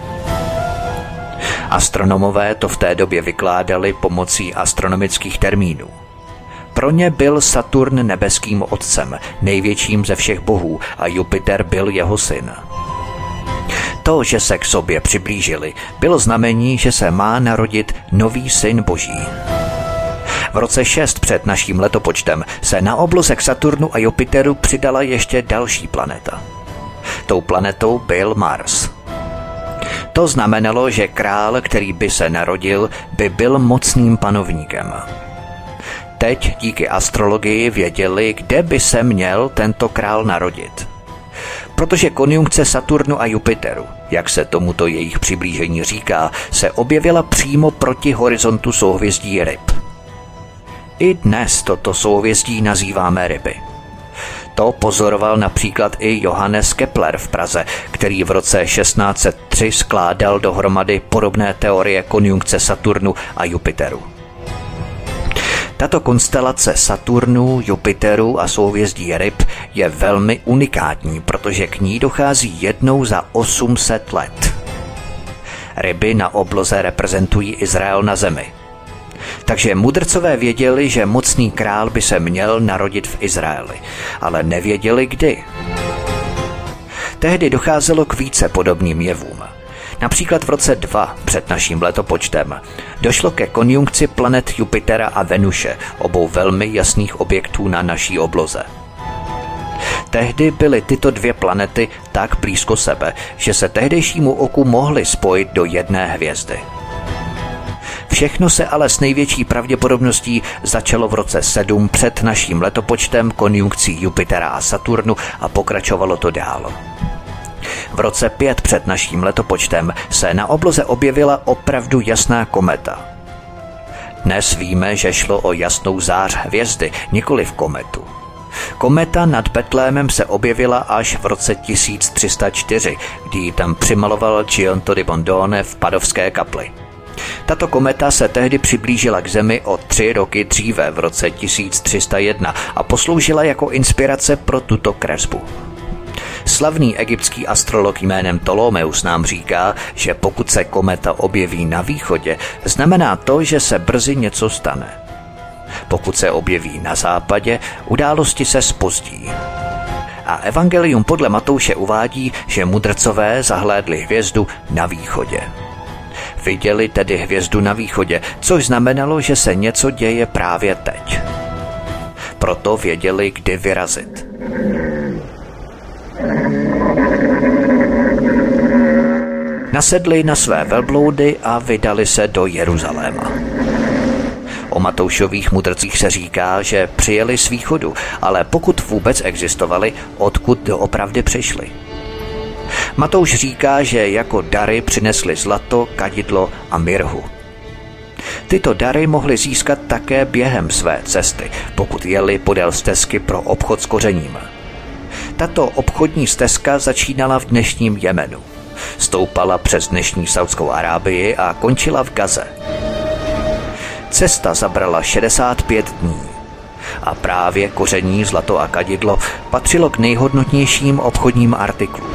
Astronomové to v té době vykládali pomocí astronomických termínů. Pro ně byl Saturn nebeským otcem, největším ze všech bohů, a Jupiter byl jeho syn. To, že se k sobě přiblížili, bylo znamení, že se má narodit nový syn boží. V roce šest před naším letopočtem se na obloze k Saturnu a Jupiteru přidala ještě další planeta. Tou planetou byl Mars. To znamenalo, že král, který by se narodil, by byl mocným panovníkem. Teď díky astrologii věděli, kde by se měl tento král narodit. Protože konjunkce Saturnu a Jupiteru, jak se tomuto jejich přiblížení říká, se objevila přímo proti horizontu souhvězdí Ryb. I dnes toto souhvězdí nazýváme Ryby. To pozoroval například i Johannes Kepler v Praze, který v roce šestnáct set tři skládal dohromady podobné teorie konjunkce Saturnu a Jupiteru. Tato konstelace Saturnu, Jupiteru a souhvězdí Ryb je velmi unikátní, protože k ní dochází jednou za osm set let. Ryby na obloze reprezentují Izrael na zemi. Takže mudrcové věděli, že mocný král by se měl narodit v Izraeli, ale nevěděli kdy. Tehdy docházelo k více podobným jevům. Například v roce dva před naším letopočtem došlo ke konjunkci planet Jupitera a Venuše, obou velmi jasných objektů na naší obloze. Tehdy byly tyto dvě planety tak blízko sebe, že se tehdejšímu oku mohly spojit do jedné hvězdy. Všechno se ale s největší pravděpodobností začalo v roce sedm před naším letopočtem konjunkcí Jupitera a Saturnu a pokračovalo to dál. V roce pět před naším letopočtem se na obloze objevila opravdu jasná kometa. Dnes víme, že šlo o jasnou zář hvězdy, nikoliv kometu. Kometa nad Betlémem se objevila až v roce tisíc tři sta čtyři, kdy ji tam přimaloval Giotto di Bondone v Padovské kapli. Tato kometa se tehdy přiblížila k Zemi o tři roky dříve v roce tisíc tři sta jedna a posloužila jako inspirace pro tuto kresbu. Slavný egyptský astrolog jménem Ptolomeus nám říká, že pokud se kometa objeví na východě, znamená to, že se brzy něco stane. Pokud se objeví na západě, události se zpozdí. A evangelium podle Matouše uvádí, že mudrcové zahlédli hvězdu na východě. Viděli tedy hvězdu na východě, což znamenalo, že se něco děje právě teď. Proto věděli, kdy vyrazit. Nasedli na své velbloudy a vydali se do Jeruzaléma. O Matoušových mudrcích se říká, že přijeli z východu, ale pokud vůbec existovali, odkud doopravdy přišli. Matouš říká, že jako dary přinesli zlato, kadidlo a mirhu. Tyto dary mohli získat také během své cesty, pokud jeli podél stezky pro obchod s kořením. Tato obchodní stezka začínala v dnešním Jemenu, stoupala přes dnešní Saudskou Arábii a končila v Gaze. Cesta zabrala šedesát pět dní a právě koření, zlato a kadidlo patřilo k nejhodnotnějším obchodním artiklům.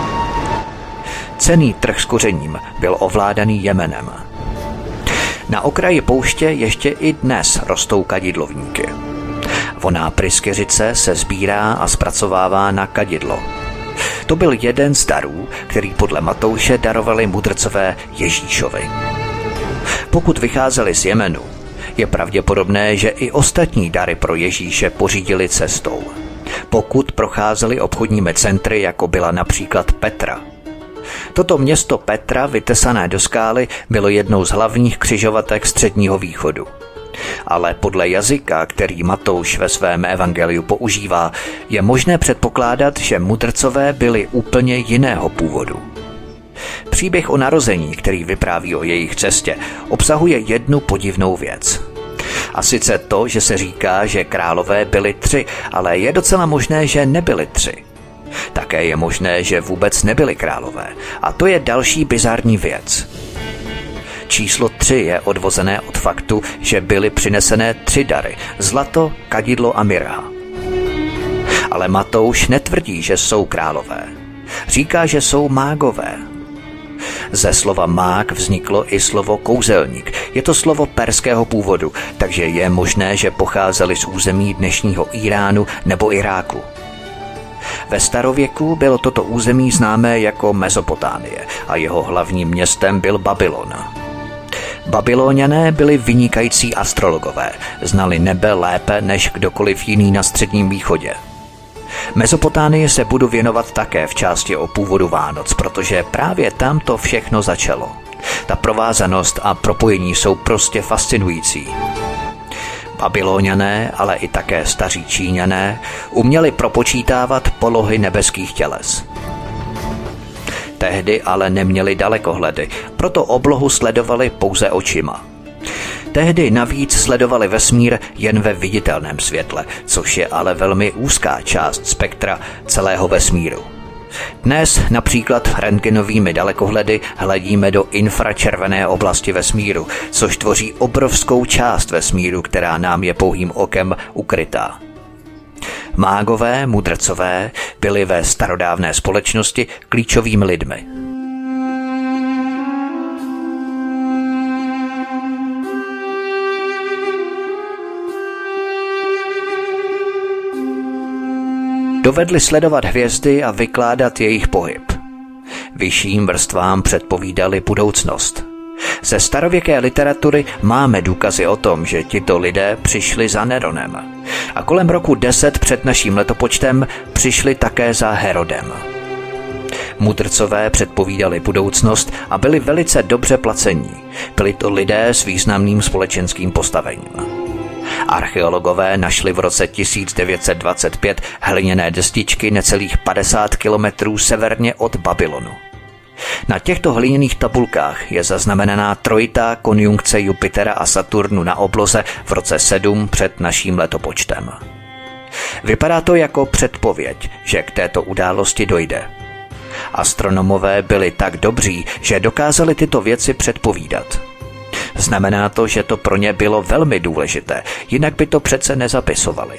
Cenný trh s kořením byl ovládaný Jemenem. Na okraji pouště ještě i dnes rostou kadidlovníky. Voná pryskyřice se sbírá a zpracovává na kadidlo. To byl jeden z darů, který podle Matouše darovali mudrcové Ježíšovi. Pokud vycházeli z Jemenu, je pravděpodobné, že i ostatní dary pro Ježíše pořídili cestou. Pokud procházeli obchodními centry, jako byla například Petra. Toto město Petra, vytesané do skály, bylo jednou z hlavních křižovatek Středního východu. Ale podle jazyka, který Matouš ve svém evangeliu používá, je možné předpokládat, že mudrcové byli úplně jiného původu. Příběh o narození, který vypráví o jejich cestě, obsahuje jednu podivnou věc. A sice to, že se říká, že králové byli tři, ale je docela možné, že nebyli tři. Také je možné, že vůbec nebyli králové. A to je další bizarní věc. Číslo tři je odvozené od faktu, že byly přinesené tři dary – zlato, kadidlo a mirha. Ale Matouš netvrdí, že jsou králové. Říká, že jsou mágové. Ze slova mág vzniklo i slovo kouzelník. Je to slovo perského původu, takže je možné, že pocházeli z území dnešního Iránu nebo Iráku. Ve starověku bylo toto území známé jako Mezopotámie a jeho hlavním městem byl Babylon. Babyloniané byli vynikající astrologové, znali nebe lépe než kdokoliv jiný na Středním východě. Mezopotánii se budu věnovat také v části o původu Vánoc, protože právě tam to všechno začalo. Ta provázanost a propojení jsou prostě fascinující. Babyloniané, ale i také staří Číňané, uměli propočítávat polohy nebeských těles. Tehdy ale neměli dalekohledy, proto oblohu sledovali pouze očima. Tehdy navíc sledovali vesmír jen ve viditelném světle, což je ale velmi úzká část spektra celého vesmíru. Dnes například rentgenovými dalekohledy hledíme do infračervené oblasti vesmíru, což tvoří obrovskou část vesmíru, která nám je pouhým okem ukrytá. Mágové, mudrcové byli ve starodávné společnosti klíčovými lidmi. Dovedli sledovat hvězdy a vykládat jejich pohyb. Vyšším vrstvám předpovídali budoucnost. Ze starověké literatury máme důkazy o tom, že tito lidé přišli za Neronem. A kolem roku deset před naším letopočtem přišli také za Herodem. Mudrcové předpovídali budoucnost a byli velice dobře placení. Byli to lidé s významným společenským postavením. Archeologové našli v roce tisíc devět set dvacet pět hliněné destičky necelých padesát kilometrů severně od Babylonu. Na těchto hliněných tabulkách je zaznamenaná trojitá konjunkce Jupitera a Saturnu na obloze v roce sedm před naším letopočtem. Vypadá to jako předpověď, že k této události dojde. Astronomové byli tak dobří, že dokázali tyto věci předpovídat. Znamená to, že to pro ně bylo velmi důležité, jinak by to přece nezapisovali.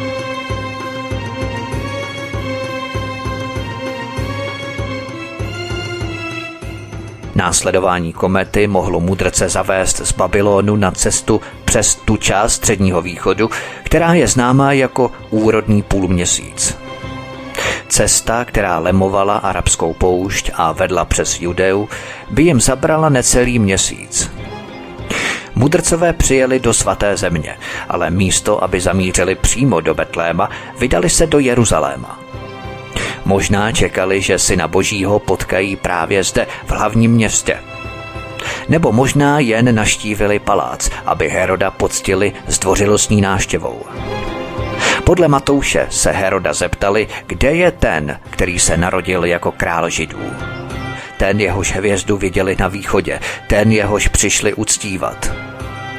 Následování komety mohlo mudrce zavést z Babylonu na cestu přes tu část Středního východu, která je známá jako úrodný půlměsíc. Cesta, která lemovala arabskou poušť a vedla přes Judeu, by jim zabrala necelý měsíc. Mudrcové přijeli do svaté země, ale místo, aby zamířili přímo do Betléma, vydali se do Jeruzaléma. Možná čekali, že syna Božího potkají právě zde, v hlavním městě. Nebo možná jen navštívili palác, aby Heroda poctili zdvořilostní návštěvou. Podle Matouše se Heroda zeptali, kde je ten, který se narodil jako král Židů. Ten, jehož hvězdu viděli na východě, ten, jehož přišli uctívat.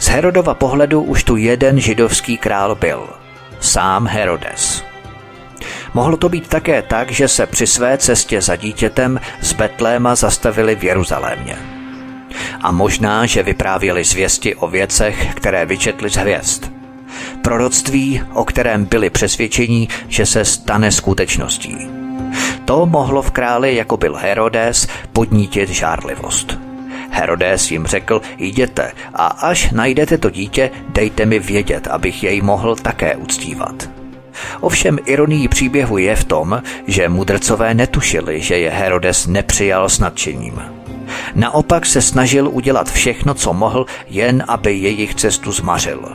Z Herodova pohledu už tu jeden židovský král byl. Sám Herodes. Mohlo to být také tak, že se při své cestě za dítětem z Betléma zastavili v Jeruzalémě. A možná, že vyprávěli zvěsti o věcech, které vyčetli z hvězd. Proroctví, o kterém byli přesvědčení, že se stane skutečností. To mohlo v králi, jako byl Herodes, podnítit žárlivost. Herodes jim řekl, jděte a až najdete to dítě, dejte mi vědět, abych jej mohl také uctívat. Ovšem ironií příběhu je v tom, že mudrcové netušili, že je Herodes nepřijal s nadšením. Naopak se snažil udělat všechno, co mohl, jen aby jejich cestu zmařil.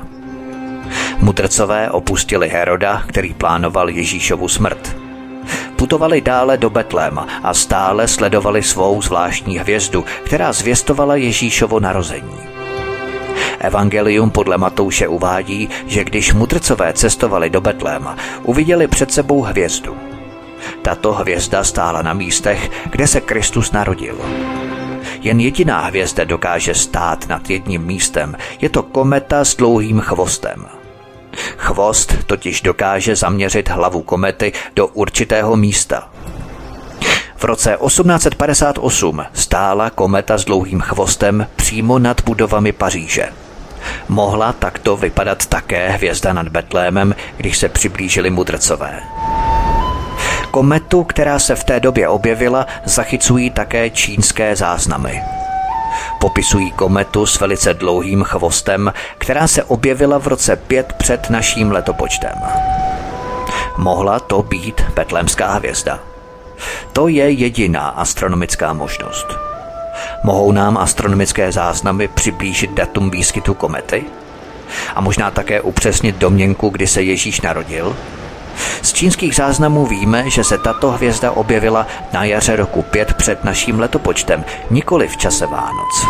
Mudrcové opustili Heroda, který plánoval Ježíšovu smrt. Putovali dále do Betléma a stále sledovali svou zvláštní hvězdu, která zvěstovala Ježíšovo narození. Evangelium podle Matouše uvádí, že když mudrcové cestovali do Betléma, uviděli před sebou hvězdu. Tato hvězda stála na místech, kde se Kristus narodil. Jen jediná hvězda dokáže stát nad jedním místem, je to kometa s dlouhým chvostem. Chvost totiž dokáže zaměřit hlavu komety do určitého místa. V roce osmnáct set padesát osm stála kometa s dlouhým chvostem přímo nad budovami Paříže. Mohla takto vypadat také hvězda nad Betlémem, když se přiblížili mudrcové. Kometu, která se v té době objevila, zachycují také čínské záznamy. Popisují kometu s velice dlouhým chvostem, která se objevila v roce pět před naším letopočtem. Mohla to být betlémská hvězda. To je jediná astronomická možnost. Mohou nám astronomické záznamy přiblížit datum výskytu komety? A možná také upřesnit domněnku, kdy se Ježíš narodil? Z čínských záznamů víme, že se tato hvězda objevila na jaře roku pět před naším letopočtem, nikoli v čase Vánoc.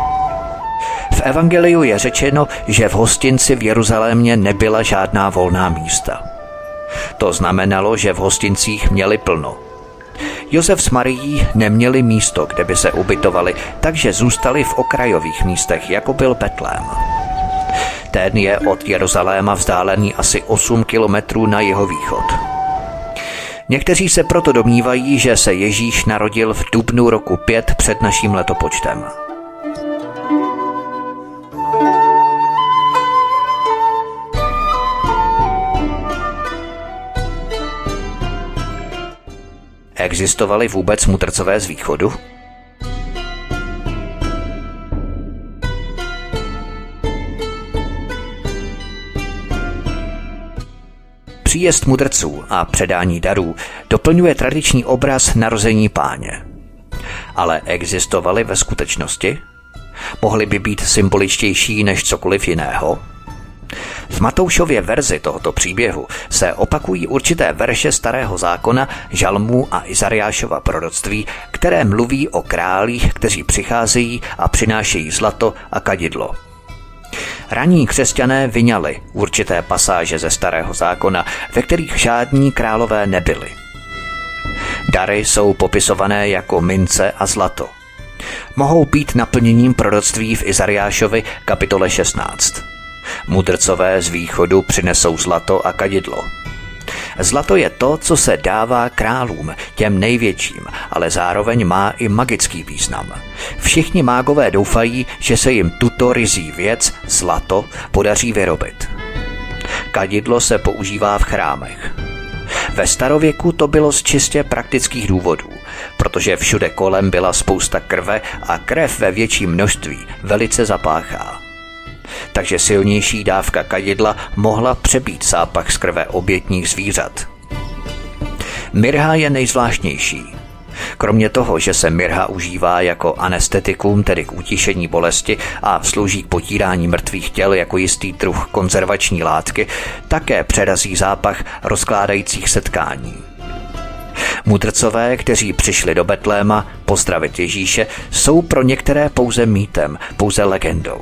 V evangeliu je řečeno, že v hostinci v Jeruzalémě nebyla žádná volná místa. To znamenalo, že v hostincích měli plno. Josef s Marií neměli místo, kde by se ubytovali, takže zůstali v okrajových místech, jako byl Betlém. Ten je od Jeruzaléma vzdálený asi osm kilometrů na jihovýchod. Někteří se proto domnívají, že se Ježíš narodil v dubnu roku pět před naším letopočtem. Existovaly vůbec mudrcové z východu? Příjezd mudrců a předání darů doplňuje tradiční obraz narození Páně. Ale existovaly ve skutečnosti? Mohly by být symboličtější než cokoliv jiného? V Matoušově verzi tohoto příběhu se opakují určité verše Starého zákona, žalmů a Izariášova proroctví, které mluví o králích, kteří přicházejí a přinášejí zlato a kadidlo. Raní křesťané vyňali určité pasáže ze Starého zákona, ve kterých žádní králové nebyli. Dary jsou popisované jako mince a zlato. Mohou být naplněním proroctví v Izariášovi kapitole šestnáct. Mudrcové z východu přinesou zlato a kadidlo. Zlato je to, co se dává králům, těm největším, ale zároveň má i magický význam. Všichni mágové doufají, že se jim tuto ryzí věc, zlato, podaří vyrobit. Kadidlo se používá v chrámech. Ve starověku to bylo z čistě praktických důvodů, protože všude kolem byla spousta krve a krev ve větším množství velice zapáchá. Takže silnější dávka kadidla mohla přebít zápach z krve obětních zvířat. Mirha je nejzvláštnější. Kromě toho, že se mirha užívá jako anestetikum, tedy k utišení bolesti, a slouží k potírání mrtvých těl jako jistý druh konzervační látky, také přerazí zápach rozkládajících se tkání. Mudrcové, kteří přišli do Betléma pozdravit Ježíše, jsou pro některé pouze mýtem, pouze legendou.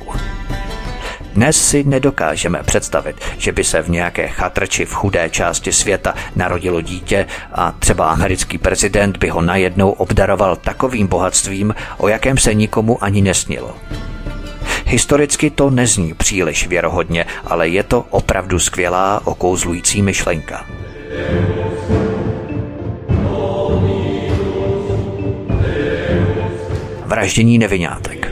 Dnes si nedokážeme představit, že by se v nějaké chatrči v chudé části světa narodilo dítě a třeba americký prezident by ho najednou obdaroval takovým bohatstvím, o jakém se nikomu ani nesnilo. Historicky to nezní příliš věrohodně, ale je to opravdu skvělá okouzlující myšlenka. Vraždění nevinátek.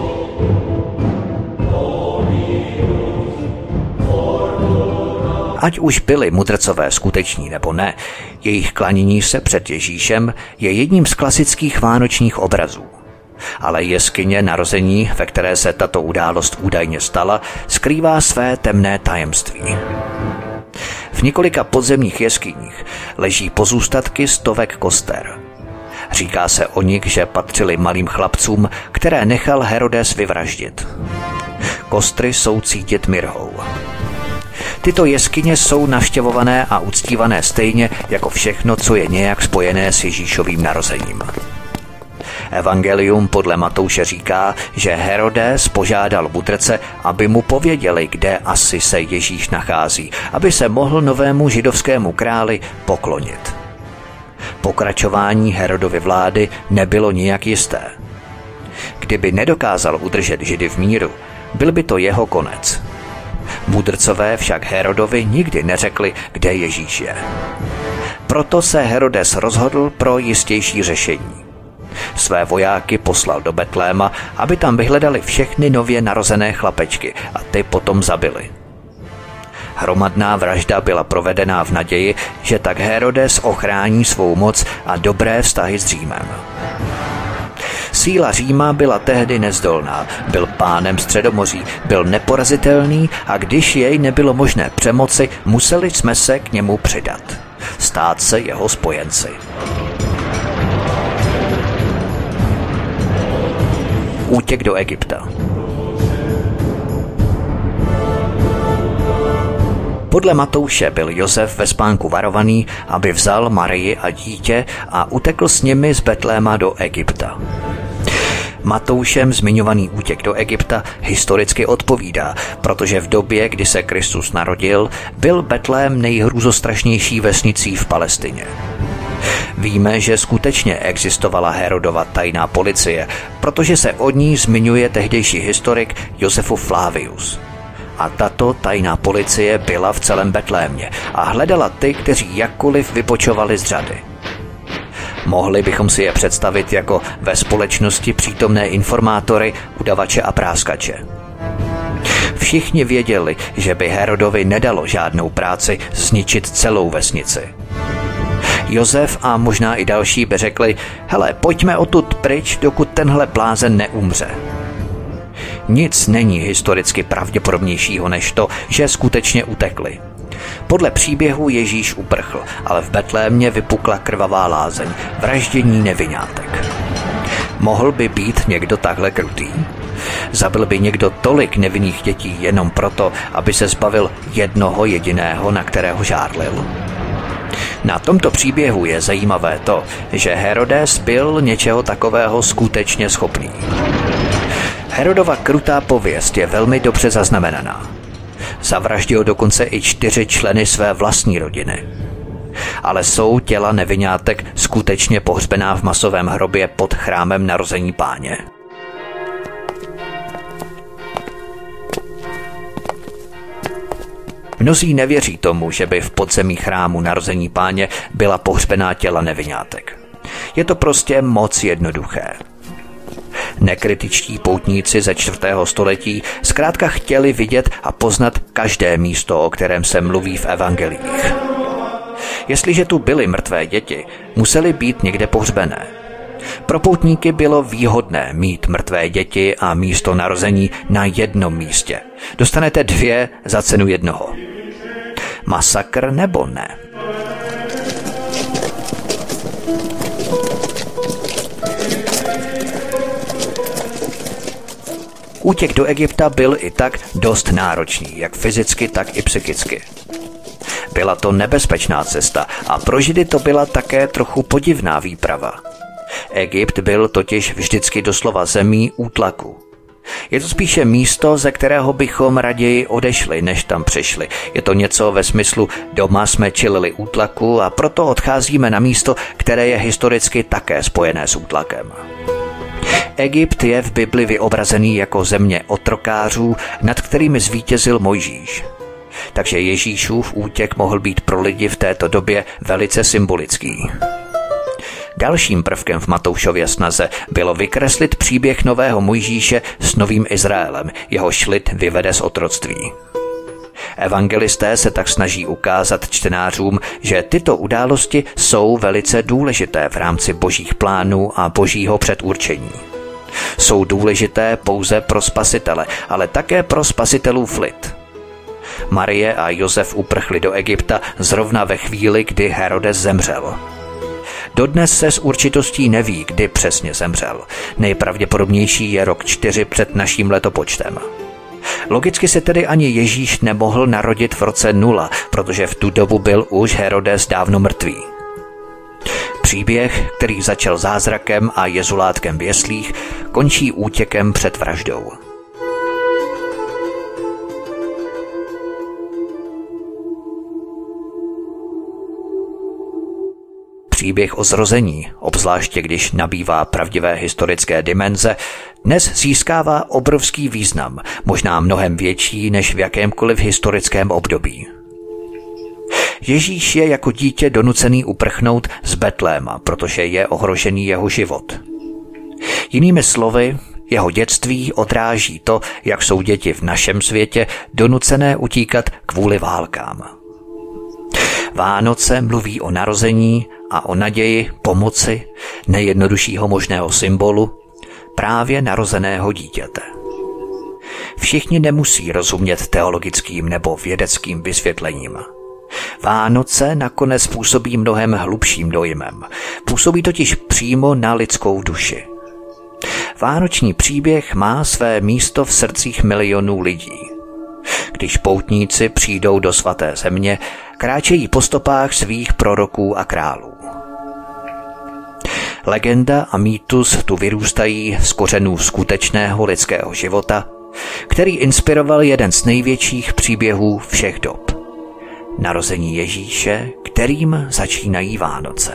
Ať už byli mudrcové skuteční nebo ne, jejich klanění se před Ježíšem je jedním z klasických vánočních obrazů. Ale jeskyně narození, ve které se tato událost údajně stala, skrývá své temné tajemství. V několika podzemních jeskyních leží pozůstatky stovek koster. Říká se o nich, že patřili malým chlapcům, které nechal Herodes vyvraždit. Kostry jsou cítit mirhou. Tyto jeskyně jsou navštěvované a uctívané stejně jako všechno, co je nějak spojené s Ježíšovým narozením. Evangelium podle Matouše říká, že Herodes požádal mudrce, aby mu pověděli, kde asi se Ježíš nachází, aby se mohl novému židovskému králi poklonit. Pokračování Herodovy vlády nebylo nijak jisté. Kdyby nedokázal udržet Židy v míru, byl by to jeho konec. Mudrcové však Herodovi nikdy neřekli, kde Ježíš je. Proto se Herodes rozhodl pro jistější řešení. Své vojáky poslal do Betléma, aby tam vyhledali všechny nově narozené chlapečky a ty potom zabili. Hromadná vražda byla provedena v naději, že tak Herodes ochrání svou moc a dobré vztahy s Římem. Síla Říma byla tehdy nezdolná, byl pánem Středomoří, byl neporazitelný a když jej nebylo možné přemoci, museli jsme se k němu přidat. Stát se jeho spojenci. Útěk do Egypta. Podle Matouše byl Josef ve spánku varovaný, aby vzal Marii a dítě a utekl s nimi z Betléma do Egypta. Matoušem zmiňovaný útěk do Egypta historicky odpovídá, protože v době, kdy se Kristus narodil, byl Betlém nejhrůzostrašnější vesnicí v Palestině. Víme, že skutečně existovala Herodova tajná policie, protože se od ní zmiňuje tehdejší historik Josefus Flavius. A tato tajná policie byla v celém Betlémě a hledala ty, kteří jakkoliv vypočovali z řady. Mohli bychom si je představit jako ve společnosti přítomné informátory, udavače a práskače. Všichni věděli, že by Herodovi nedalo žádnou práci zničit celou vesnici. Josef a možná i další by řekli, hele, pojďme odtud pryč, dokud tenhle blázen neumře. Nic není historicky pravděpodobnějšího než to, že skutečně utekli. Podle příběhu Ježíš uprchl, ale v Betlémě vypukla krvavá lázeň, vraždění nevinátek. Mohl by být někdo takhle krutý? Zabil by někdo tolik nevinných dětí jenom proto, aby se zbavil jednoho jediného, na kterého žárlil? Na tomto příběhu je zajímavé to, že Herodes byl něčeho takového skutečně schopný. Herodova krutá pověst je velmi dobře zaznamenaná. Zavraždil dokonce i čtyři členy své vlastní rodiny. Ale jsou těla nevinátek skutečně pohřbená v masovém hrobě pod chrámem narození Páně? Mnozí nevěří tomu, že by v podzemí chrámu narození Páně byla pohřbená těla nevinátek. Je to prostě moc jednoduché. Nekritičtí poutníci ze čtvrtého století zkrátka chtěli vidět a poznat každé místo, o kterém se mluví v evangelích. Jestliže tu byly mrtvé děti, musely být někde pohřbené. Pro poutníky bylo výhodné mít mrtvé děti a místo narození na jednom místě. Dostanete dvě za cenu jednoho. Masakr nebo ne? Útěk do Egypta byl i tak dost náročný, jak fyzicky, tak i psychicky. Byla to nebezpečná cesta a pro Židy to byla také trochu podivná výprava. Egypt byl totiž vždycky doslova zemí útlaku. Je to spíše místo, ze kterého bychom raději odešli, než tam přišli. Je to něco ve smyslu doma jsme čelili útlaku a proto odcházíme na místo, které je historicky také spojené s útlakem. Egypt je v Bibli vyobrazený jako země otrokářů, nad kterými zvítězil Mojžíš. Takže Ježíšův útěk mohl být pro lidi v této době velice symbolický. Dalším prvkem v Matoušově snaze bylo vykreslit příběh nového Mojžíše s novým Izraelem, jehož lid vyvede z otroctví. Evangelisté se tak snaží ukázat čtenářům, že tyto události jsou velice důležité v rámci božích plánů a božího předurčení. Jsou důležité pouze pro spasitele, ale také pro spasitelův lid. Marie a Josef uprchli do Egypta zrovna ve chvíli, kdy Herodes zemřel. Dodnes se s určitostí neví, kdy přesně zemřel. Nejpravděpodobnější je rok čtyři před naším letopočtem. Logicky se tedy ani Ježíš nemohl narodit v roce nula, protože v tu dobu byl už Herodes dávno mrtvý. Příběh, který začal zázrakem a jezulátkem v jeslích, končí útěkem před vraždou. Příběh o zrození, obzvláště když nabývá pravdivé historické dimenze, dnes získává obrovský význam, možná mnohem větší než v jakémkoliv historickém období. Ježíš je jako dítě donucený uprchnout z Betléma, protože je ohrožený jeho život. Jinými slovy, jeho dětství odráží to, jak jsou děti v našem světě donucené utíkat kvůli válkám. Vánoce mluví o narození a o naději pomoci nejjednoduššího možného symbolu právě narozeného dítěte. Všichni nemusí rozumět teologickým nebo vědeckým vysvětlením. Vánoce nakonec působí mnohem hlubším dojmem. Působí totiž přímo na lidskou duši. Vánoční příběh má své místo v srdcích milionů lidí. Když poutníci přijdou do svaté země, kráčejí po stopách svých proroků a králů. Legenda a mýtus tu vyrůstají z kořenů skutečného lidského života, který inspiroval jeden z největších příběhů všech dob. Narození Ježíše, kterým začínají Vánoce.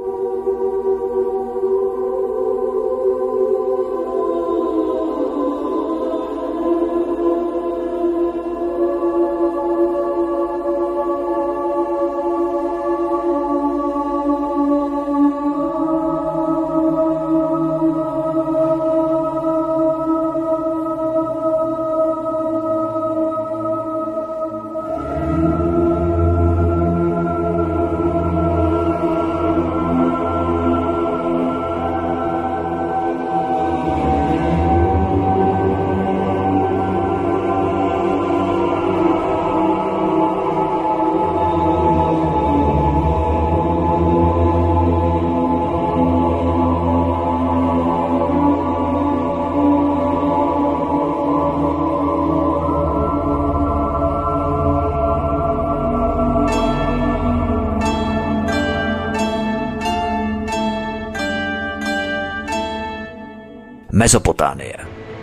Mezopotámie.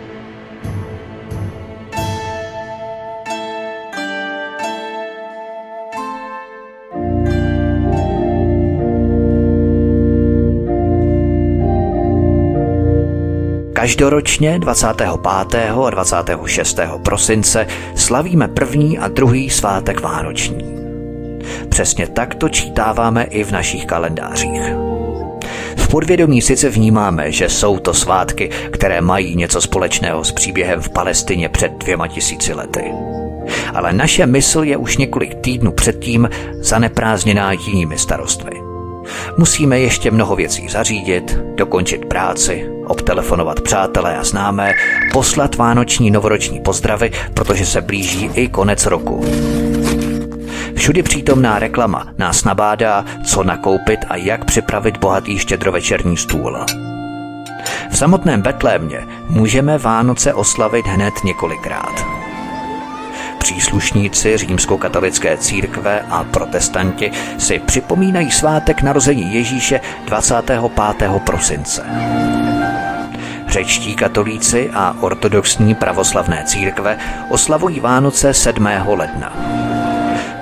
Každoročně dvacátého pátého a dvacátého šestého prosince slavíme první a druhý svátek vánoční. Přesně tak to čítáváme i v našich kalendářích. V podvědomí sice vnímáme, že jsou to svátky, které mají něco společného s příběhem v Palestině před dvěma tisíci lety. Ale naše mysl je už několik týdnů předtím zaneprázdněná jinými starostmi. Musíme ještě mnoho věcí zařídit, dokončit práci, obtelefonovat přátelé a známé, poslat vánoční novoroční pozdravy, protože se blíží i konec roku. Všudy přítomná reklama nás nabádá, co nakoupit a jak připravit bohatý štědrovečerní stůl. V samotném Betlémě můžeme Vánoce oslavit hned několikrát. Příslušníci římskokatolické církve a protestanti si připomínají svátek narození Ježíše dvacátého pátého prosince. Řečtí katolíci a ortodoxní pravoslavné církve oslavují Vánoce sedmého ledna.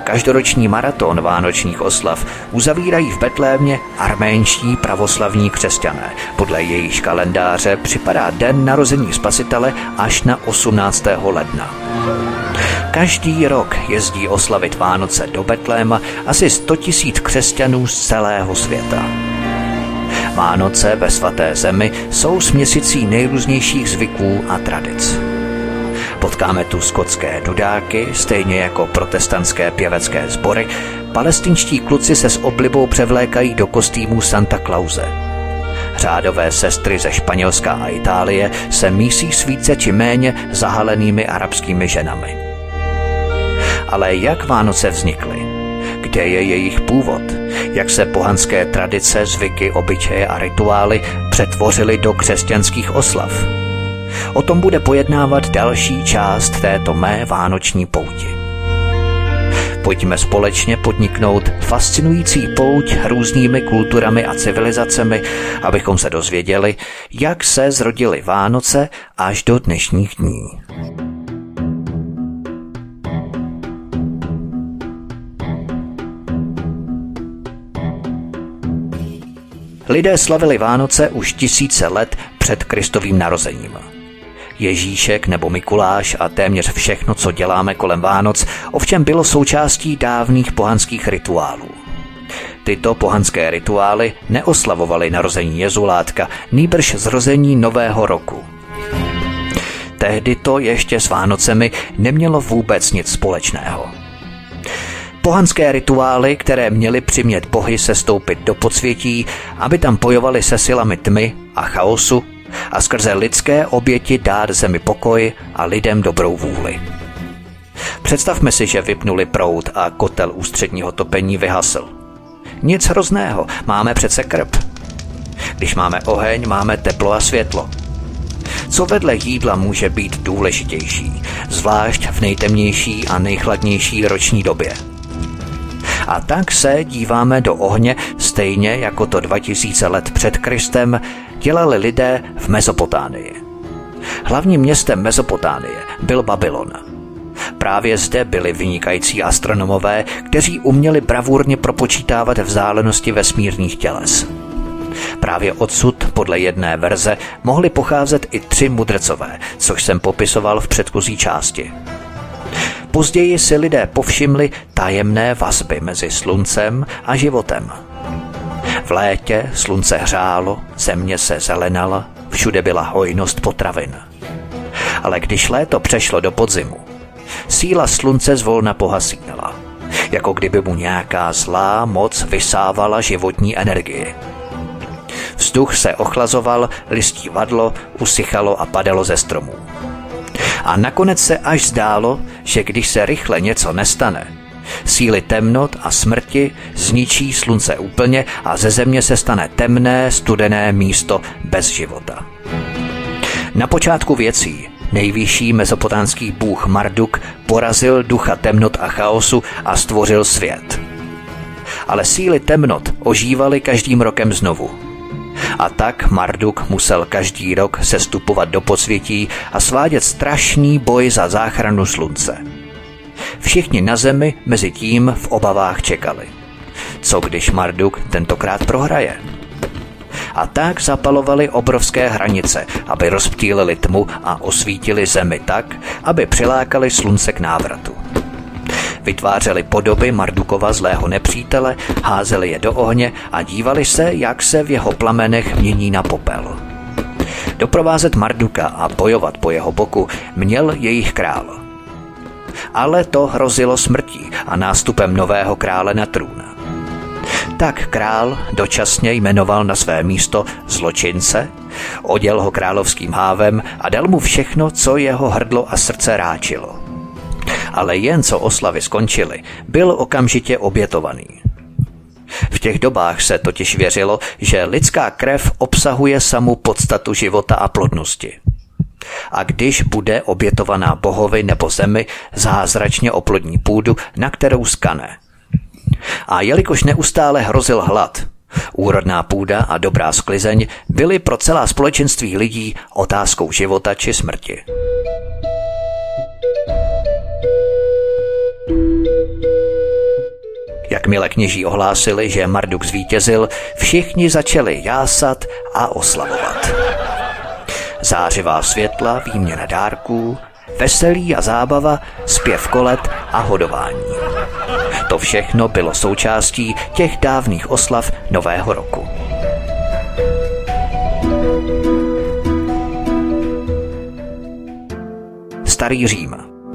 Každoroční maraton vánočních oslav uzavírají v Betlémě arménští pravoslavní křesťané. Podle jejich kalendáře připadá den narození Spasitele až na osmnáctého ledna. Každý rok jezdí oslavit Vánoce do Betléma asi sto tisíc křesťanů z celého světa. Vánoce ve svaté zemi jsou směsicí nejrůznějších zvyků a tradic. Potkáme tu skotské dudáky, stejně jako protestantské pěvecké sbory. Palestinští kluci se s oblibou převlékají do kostýmů Santa Clause. Řádové sestry ze Španělska a Itálie se mísí s více či méně zahalenými arabskými ženami. Ale jak Vánoce vznikly? Kde je jejich původ? Jak se pohanské tradice, zvyky, obyčeje a rituály přetvořily do křesťanských oslav? O tom bude pojednávat další část této mé vánoční pouti. Pojďme společně podniknout fascinující pouť různými kulturami a civilizacemi, abychom se dozvěděli, jak se zrodily Vánoce až do dnešních dní. Lidé slavili Vánoce už tisíce let před Kristovým narozením. Ježíšek nebo Mikuláš a téměř všechno, co děláme kolem Vánoc, ovšem bylo součástí dávných pohanských rituálů. Tyto pohanské rituály neoslavovaly narození Jezulátka, nýbrž zrození nového roku. Tehdy to ještě s Vánocemi nemělo vůbec nic společného. Pohanské rituály, které měly přimět bohy sestoupit do podsvětí, aby tam bojovali se silami tmy a chaosu a skrze lidské oběti dát zemi pokoj a lidem dobrou vůli. Představme si, že vypnuli proud a kotel ústředního topení vyhasl. Nic hrozného, máme přece krb. Když máme oheň, máme teplo a světlo. Co vedle jídla může být důležitější, zvlášť v nejtemnější a nejchladnější roční době? A tak se díváme do ohně stejně jako to dva tisíce let před Kristem dělali lidé v Mesopotánii. Hlavním městem Mesopotánie byl Babylon. Právě zde byli vynikající astronomové, kteří uměli bravurně propočítávat vzdálenosti vesmírných těles. Právě odsud, podle jedné verze, mohli pocházet i tři mudrcové, což jsem popisoval v předchozí části. Později si lidé povšimli tajemné vazby mezi sluncem a životem. V létě slunce hřálo, země se zelenala, všude byla hojnost potravin. Ale když léto přešlo do podzimu, síla slunce zvolna pohasínala, jako kdyby mu nějaká zlá moc vysávala životní energii. Vzduch se ochlazoval, listí vadlo, usychalo a padalo ze stromů. A nakonec se až zdálo, že když se rychle něco nestane, síly temnot a smrti zničí slunce úplně a ze země se stane temné, studené místo bez života. Na počátku věcí nejvyšší mesopotánský bůh Marduk porazil ducha temnot a chaosu a stvořil svět. Ale síly temnot ožívaly každým rokem znovu. A tak Marduk musel každý rok sestupovat do podsvětí a svádět strašný boj za záchranu slunce. Všichni na zemi mezi tím v obavách čekali. Co když Marduk tentokrát prohraje? A tak zapalovali obrovské hranice, aby rozptýlili tmu a osvítili zemi tak, aby přilákali slunce k návratu. Vytvářeli podoby Mardukova zlého nepřítele, házeli je do ohně a dívali se, jak se v jeho plamenech mění na popel. Doprovázet Marduka a bojovat po jeho boku měl jejich král. Ale to hrozilo smrtí a nástupem nového krále na trůn. Tak král dočasně jmenoval na své místo zločince, oděl ho královským hávem a dal mu všechno, co jeho hrdlo a srdce ráčilo. Ale jen co oslavy skončily, byl okamžitě obětovaný. V těch dobách se totiž věřilo, že lidská krev obsahuje samu podstatu života a plodnosti. A když bude obětovaná bohovi nebo zemi, zázračně oplodní půdu, na kterou skane. A jelikož neustále hrozil hlad, úrodná půda a dobrá sklizeň byly pro celá společenství lidí otázkou života či smrti. Jakmile kněží ohlásili, že Marduk zvítězil, všichni začali jásat a oslavovat. Zářivá světla, výměna dárků, veselí a zábava, zpěv kolet a hodování. To všechno bylo součástí těch dávných oslav Nového roku. Starý Řím.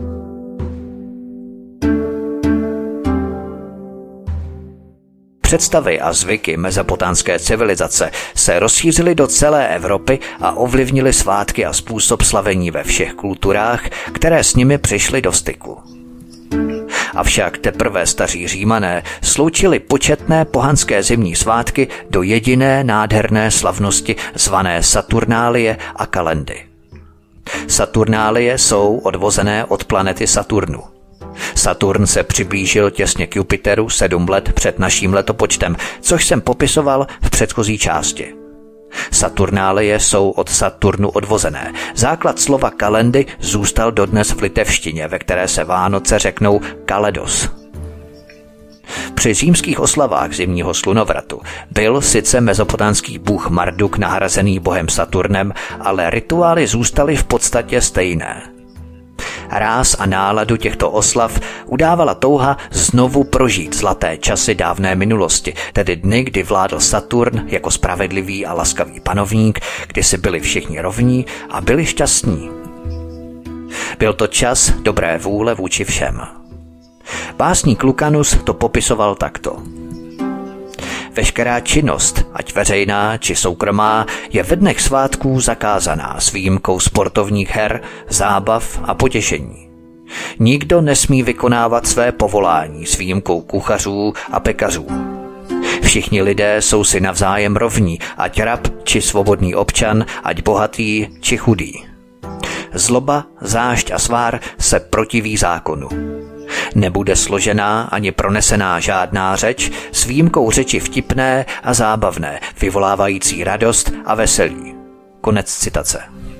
Představy a zvyky mezopotánské civilizace se rozšířily do celé Evropy a ovlivnily svátky a způsob slavení ve všech kulturách, které s nimi přišly do styku. Avšak teprve staří Římané sloučili početné pohanské zimní svátky do jediné nádherné slavnosti zvané Saturnálie a kalendy. Saturnálie jsou odvozené od planety Saturnu. Saturn se přiblížil těsně k Jupiteru sedm let před naším letopočtem, což jsem popisoval v předchozí části. Saturnálie jsou od Saturnu odvozené. Základ slova kalendy zůstal dodnes v litevštině, ve které se Vánoce řeknou kaledos. Při římských oslavách zimního slunovratu byl sice mezopotánský bůh Marduk nahrazený bohem Saturnem, ale rituály zůstaly v podstatě stejné. Ráz a náladu těchto oslav udávala touha znovu prožít zlaté časy dávné minulosti, tedy dny, kdy vládl Saturn jako spravedlivý a laskavý panovník, kdy si byli všichni rovní a byli šťastní. Byl to čas dobré vůle vůči všem. Básník Lucanus to popisoval takto. Veškerá činnost, ať veřejná či soukromá, je ve dnech svátků zakázaná s výjimkou sportovních her, zábav a potěšení. Nikdo nesmí vykonávat své povolání s výjimkou kuchařů a pekařů. Všichni lidé jsou si navzájem rovní, ať rab či svobodný občan, ať bohatý či chudý. Zloba, zášť a svár se protiví zákonu. Nebude složená ani pronesená žádná řeč s výjimkou řeči vtipné a zábavné, vyvolávající radost a veselí. Konec citace.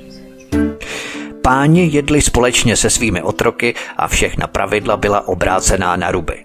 Páni jedli společně se svými otroky a všechna pravidla byla obrácená na ruby.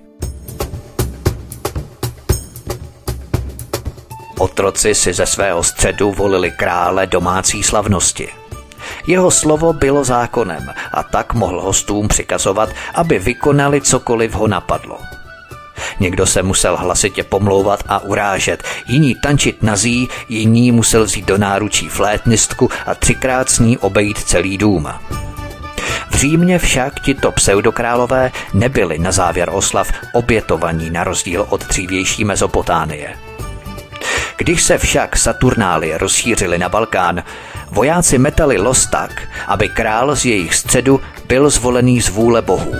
Otroci si ze svého středu volili krále domácí slavnosti. Jeho slovo bylo zákonem a tak mohl hostům přikazovat, aby vykonali cokoliv ho napadlo. Někdo se musel hlasitě pomlouvat a urážet, jiný tančit nazí, jiný musel vzít do náručí flétnistku a třikrát s ní obejít celý dům. V Římě však tito pseudokrálové nebyli na závěr oslav obětovaní na rozdíl od dřívější Mezopotánie. Když se však Saturnálie rozšířily na Balkán, vojáci metali los tak, aby král z jejich středu byl zvolený z vůle bohů.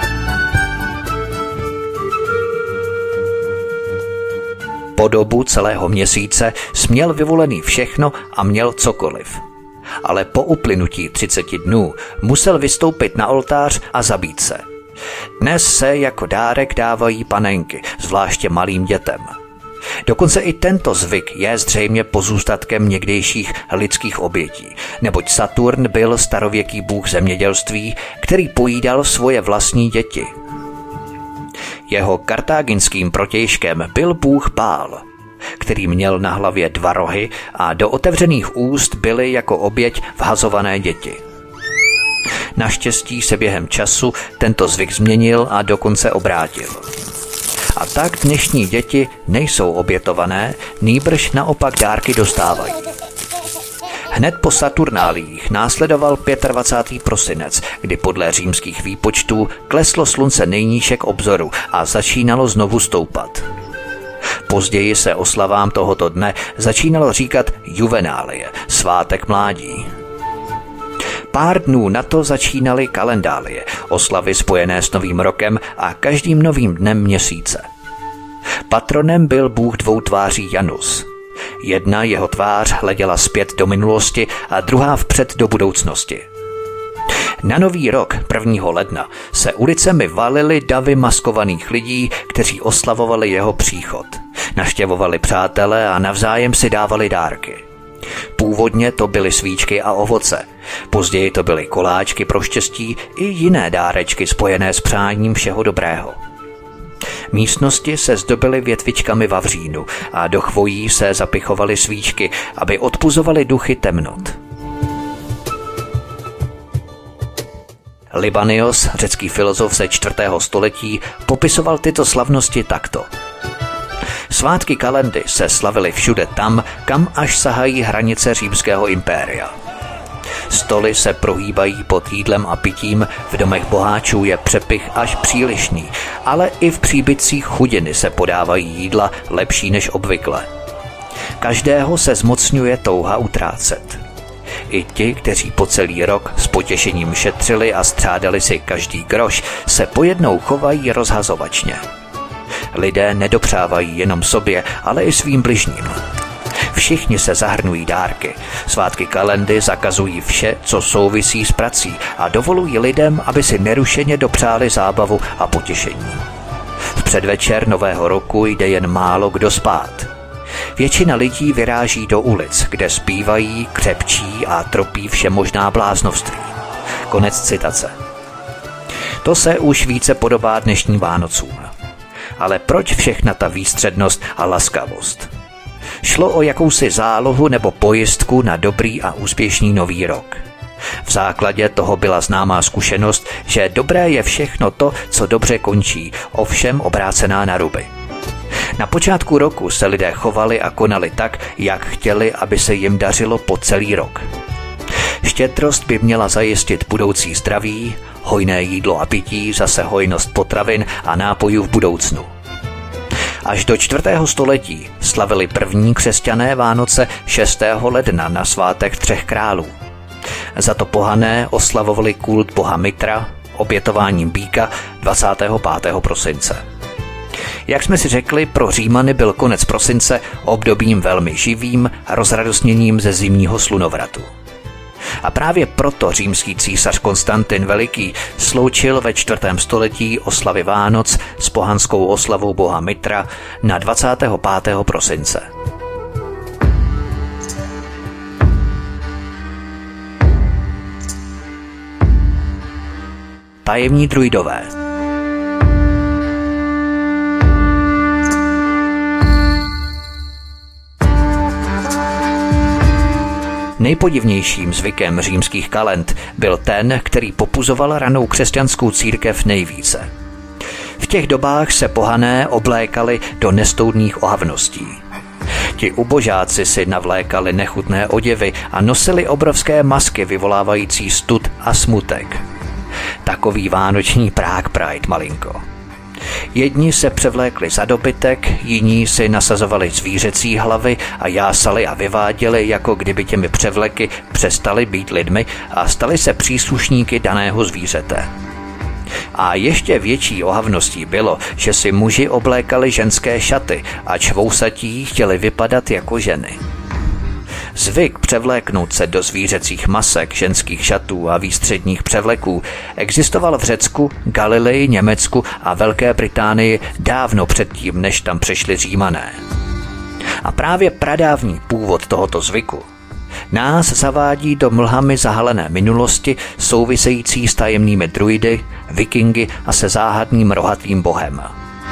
Po dobu celého měsíce směl vyvolený všechno a měl cokoliv. Ale po uplynutí třiceti dnů musel vystoupit na oltář a zabít se. Dnes se jako dárek dávají panenky, zvláště malým dětem. Dokonce i tento zvyk je zřejmě pozůstatkem někdejších lidských obětí, neboť Saturn byl starověký bůh zemědělství, který pojídal svoje vlastní děti. Jeho kartáginským protějškem byl bůh Pál, který měl na hlavě dva rohy a do otevřených úst byly jako oběť vhazované děti. Naštěstí se během času tento zvyk změnil a dokonce obrátil. A tak dnešní děti nejsou obětované, nýbrž naopak dárky dostávají. Hned po Saturnáliích následoval dvacátého pátého prosinec, kdy podle římských výpočtů kleslo slunce nejníže k obzoru a začínalo znovu stoupat. Později se oslavám tohoto dne začínalo říkat Juvenálie, svátek mládí. Pár dnů na to začínaly kalendálie, oslavy spojené s novým rokem a každým novým dnem měsíce. Patronem byl bůh dvou tváří Janus. Jedna jeho tvář hleděla zpět do minulosti a druhá vpřed do budoucnosti. Na nový rok prvního ledna se ulicemi valily davy maskovaných lidí, kteří oslavovali jeho příchod. Navštěvovali přátele a navzájem si dávali dárky. Původně to byly svíčky a ovoce, později to byly koláčky pro štěstí i jiné dárečky spojené s přáním všeho dobrého. Místnosti se zdobily větvičkami vavřínu a do chvojí se zapichovaly svíčky, aby odpuzovaly duchy temnot. Libanios, řecký filozof ze čtvrtého století, popisoval tyto slavnosti takto. Svátky kalendy se slavily všude tam, kam až sahají hranice římského impéria. Stoly se prohýbají pod jídlem a pitím, v domech boháčů je přepych až přílišný, ale i v příbytcích chudiny se podávají jídla lepší než obvykle. Každého se zmocňuje touha utrácet. I ti, kteří po celý rok s potěšením šetřili a střádali si každý groš, se pojednou chovají rozhazovačně. Lidé nedopřávají jenom sobě, ale i svým bližním. Všichni se zahrnují dárky. Svátky kalendy zakazují vše, co souvisí s prací a dovolují lidem, aby si nerušeně dopřáli zábavu a potěšení. V předvečer nového roku jde jen málo kdo spát. Většina lidí vyráží do ulic, kde zpívají, křepčí a tropí všemožná bláznovství. Konec citace. To se už více podobá dnešním Vánocům. Ale proč všechna ta výstřednost a laskavost? Šlo o jakousi zálohu nebo pojistku na dobrý a úspěšný nový rok. V základě toho byla známá zkušenost, že dobré je všechno to, co dobře končí, ovšem obrácená na ruby. Na počátku roku se lidé chovali a konali tak, jak chtěli, aby se jim dařilo po celý rok. Štědrost by měla zajistit budoucí zdraví, hojné jídlo a pití, zase hojnost potravin a nápojů v budoucnu. Až do čtvrtého století slavili první křesťané Vánoce šestého ledna na svátek třech králů. Za to pohané oslavovali kult boha Mitra obětováním býka dvacátého pátého prosince. Jak jsme si řekli, pro Římany byl konec prosince obdobím velmi živým a rozradostněním ze zimního slunovratu. A právě proto římský císař Konstantin Veliký sloučil ve čtvrtém století oslavy Vánoc s pohanskou oslavou boha Mitra na dvacátého pátého prosince. Tajemní druidové. Nejpodivnějším zvykem římských kalend byl ten, který popuzoval ranou křesťanskou církev nejvíce. V těch dobách se pohané oblékali do nestoudných ohavností. Ti ubožáci si navlékali nechutné oděvy a nosili obrovské masky vyvolávající stud a smutek. Takový vánoční Prague Pride malinko. Jedni se převlékli za dobytek, jiní si nasazovali zvířecí hlavy a jásali a vyváděli, jako kdyby těmi převleky přestali být lidmi a stali se příslušníky daného zvířete. A ještě větší ohavností bylo, že si muži oblékali ženské šaty a čvousatí chtěli vypadat jako ženy. Zvyk převléknout se do zvířecích masek, ženských šatů a výstředních převleků existoval v Řecku, Galileji, Německu a Velké Británii dávno předtím, než tam přišli Římané. A právě pradávný původ tohoto zvyku nás zavádí do mlhami zahalené minulosti související s tajemnými druidy, vikingy a se záhadným rohatým bohem.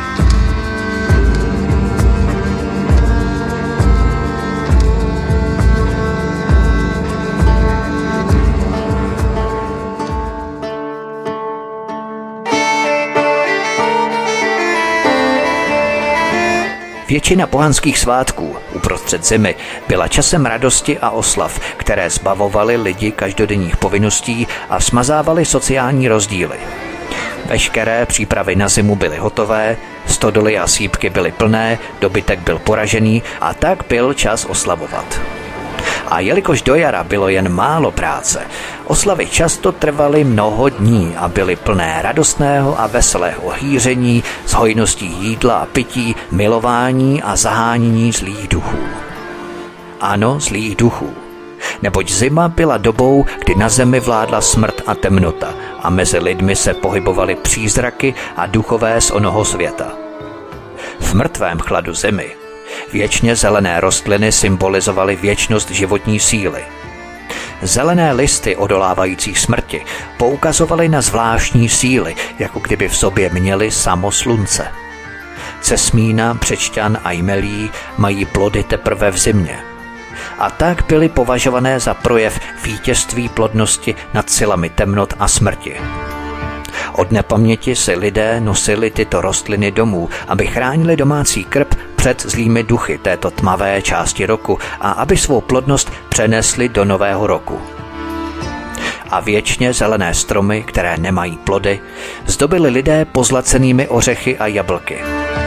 Většina pohanských svátků uprostřed zimy byla časem radosti a oslav, které zbavovaly lidi každodenních povinností a smazávaly sociální rozdíly. Veškeré přípravy na zimu byly hotové, stodoly a sýpky byly plné, dobytek byl poražený a tak byl čas oslavovat. A jelikož do jara bylo jen málo práce, oslavy často trvaly mnoho dní a byly plné radostného a veselého hýření, s hojností jídla a pití, milování a zahánění zlých duchů. Ano, zlých duchů. Neboť zima byla dobou, kdy na zemi vládla smrt a temnota a mezi lidmi se pohybovaly přízraky a duchové z onoho světa. V mrtvém chladu zimy věčně zelené rostliny symbolizovaly věčnost životní síly. Zelené listy odolávající smrti poukazovaly na zvláštní síly, jako kdyby v sobě měly samo slunce. cesmína, břečťan a jmelí mají plody teprve v zimě. A tak byly považované za projev vítězství plodnosti nad silami temnot a smrti. Od nepaměti si lidé nosili tyto rostliny domů, aby chránili domácí krb před zlými duchy této tmavé části roku a aby svou plodnost přenesli do nového roku. A věčně zelené stromy, které nemají plody, zdobili lidé pozlacenými ořechy a jablky.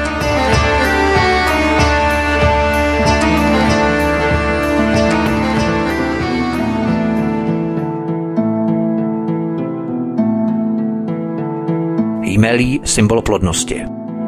Jmelí, symbol plodnosti.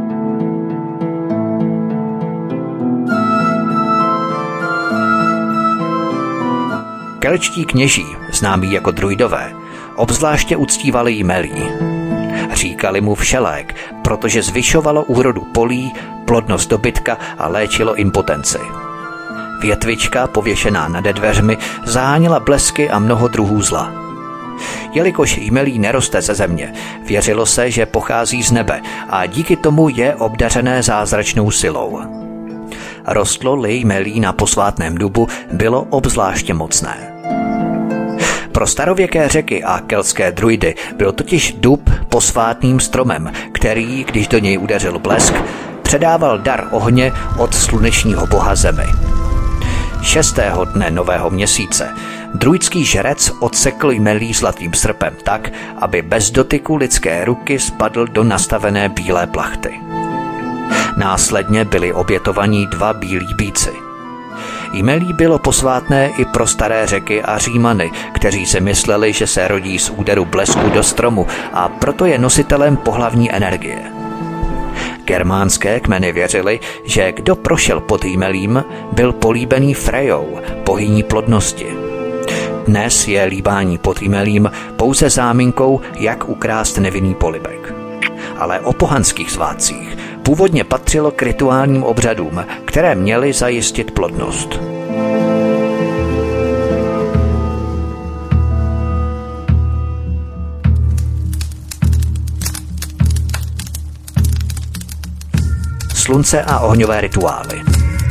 Keltští kněží, známí jako druidové, obzvláště uctívali jmelí. Říkali mu všelék, protože zvyšovalo úrodu polí, plodnost dobytka a léčilo impotenci. Větvička, pověšená nad dveřmi, zaháněla blesky a mnoho druhů zla. Jelikož jmelí neroste ze země, věřilo se, že pochází z nebe a díky tomu je obdařené zázračnou silou. Rostlo-li jmelí na posvátném dubu, bylo obzvláště mocné. Pro starověké Řeky a keltské druidy byl totiž dub posvátným stromem, který, když do něj udeřil blesk, předával dar ohně od slunečního boha zemi. Šestého dne nového měsíce druidský žrec odsekl jmelí zlatým srpem tak, aby bez dotyku lidské ruky spadl do nastavené bílé plachty. Následně byli obětovaní dva bílí býci. Jmelí bylo posvátné i pro staré Řeky a Římany, kteří si mysleli, že se rodí z úderu blesku do stromu a proto je nositelem pohlavní energie. Germánské kmeny věřili, že kdo prošel pod jmelím, byl políbený Frejou, bohyní plodnosti. Dnes je líbání pod jmelím pouze záminkou, jak ukrást nevinný polibek. Ale o pohanských svátcích původně patřilo k rituálním obřadům, které měly zajistit plodnost. Slunce a ohňové rituály.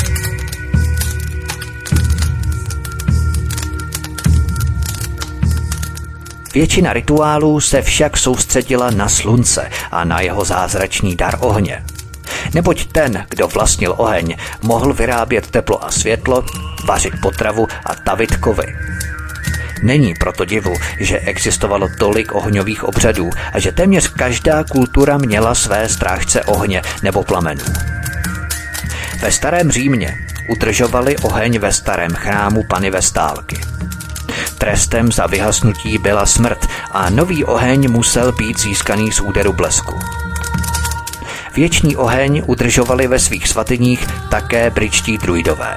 Většina rituálů se však soustředila na slunce a na jeho zázračný dar ohně. Neboť ten, kdo vlastnil oheň, mohl vyrábět teplo a světlo, vařit potravu a tavit kovy. Není proto divu, že existovalo tolik ohňových obřadů a že téměř každá kultura měla své strážce ohně nebo plamenů. Ve starém Římě udržovali oheň ve starém chrámu Panny Vestálky. Trestem za vyhasnutí byla smrt a nový oheň musel být získaný z úderu blesku. Věčný oheň udržovali ve svých svatyních také britští druidové.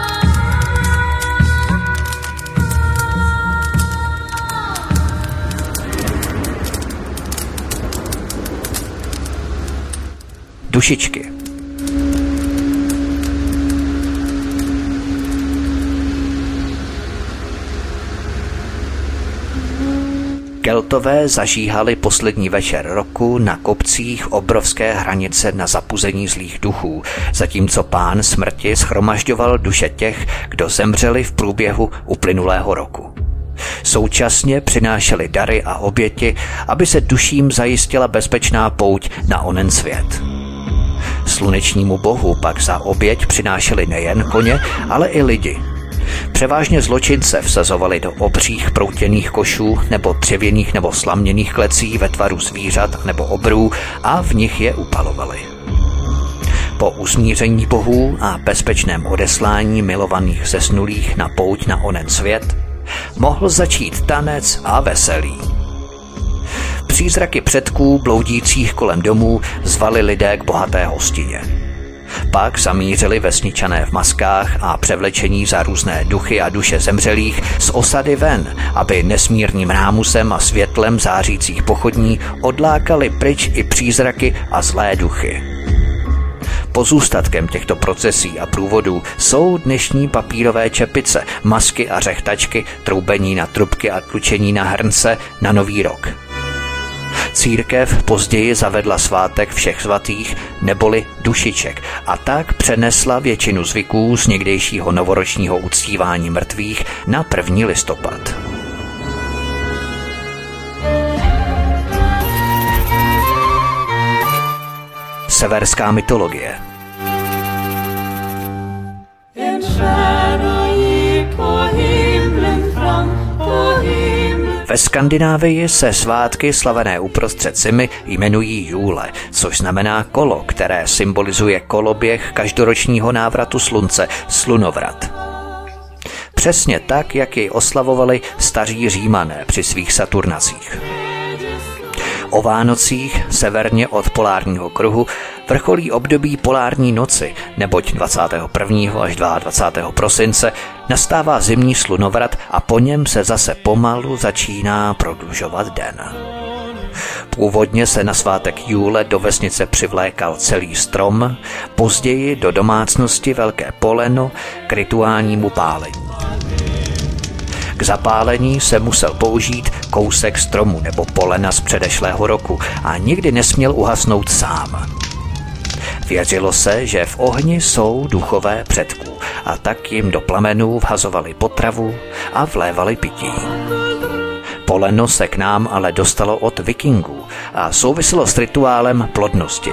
Dušičky. Keltové zažíhali poslední večer roku na kopcích obrovské hranice na zapuzení zlých duchů, zatímco pán smrti shromažďoval duše těch, kdo zemřeli v průběhu uplynulého roku. Současně přinášeli dary a oběti, aby se duším zajistila bezpečná pouť na onen svět. Slunečnímu bohu pak za oběť přinášeli nejen koně, ale i lidi. Převážně zločince vsazovali do obřích proutěných košů nebo dřevěných nebo slaměných klecí ve tvaru zvířat nebo obrů a v nich je upalovali. Po usmíření bohů a bezpečném odeslání milovaných zesnulých na pouť na onen svět mohl začít tanec a veselí. Přízraky předků bloudících kolem domů zvali lidé k bohaté hostině. Pak zamířili vesničané v maskách a převlečení za různé duchy a duše zemřelých z osady ven, aby nesmírným rámusem a světlem zářících pochodní odlákali pryč i přízraky a zlé duchy. Pozůstatkem těchto procesí a průvodů jsou dnešní papírové čepice, masky a řechtačky, troubení na trubky a tlučení na hrnce na Nový rok. Církev později zavedla svátek všech svatých neboli dušiček a tak přenesla většinu zvyků z někdejšího novoročního uctívání mrtvých na první listopad. Severská mytologie. Ve Skandinávii se svátky slavené uprostřed zimy jmenují Jule, což znamená kolo, které symbolizuje koloběh každoročního návratu slunce, slunovrat. Přesně tak, jak jej oslavovali staří Římané při svých Saturnacích. O Vánocích severně od polárního kruhu vrcholí období polární noci, neboť dvacátého prvního až dvacátého druhého prosince nastává zimní slunovrat a po něm se zase pomalu začíná prodlužovat den. Původně se na svátek Jule do vesnice přivlékal celý strom, později do domácnosti velké poleno k rituálnímu pálení. K zapálení se musel použít kousek stromu nebo polena z předešlého roku a nikdy nesměl uhasnout sám. Věřilo se, že v ohni jsou duchové předků a tak jim do plamenů vhazovali potravu a vlévali pití. Poleno se k nám ale dostalo od vikingů a souviselo s rituálem plodnosti.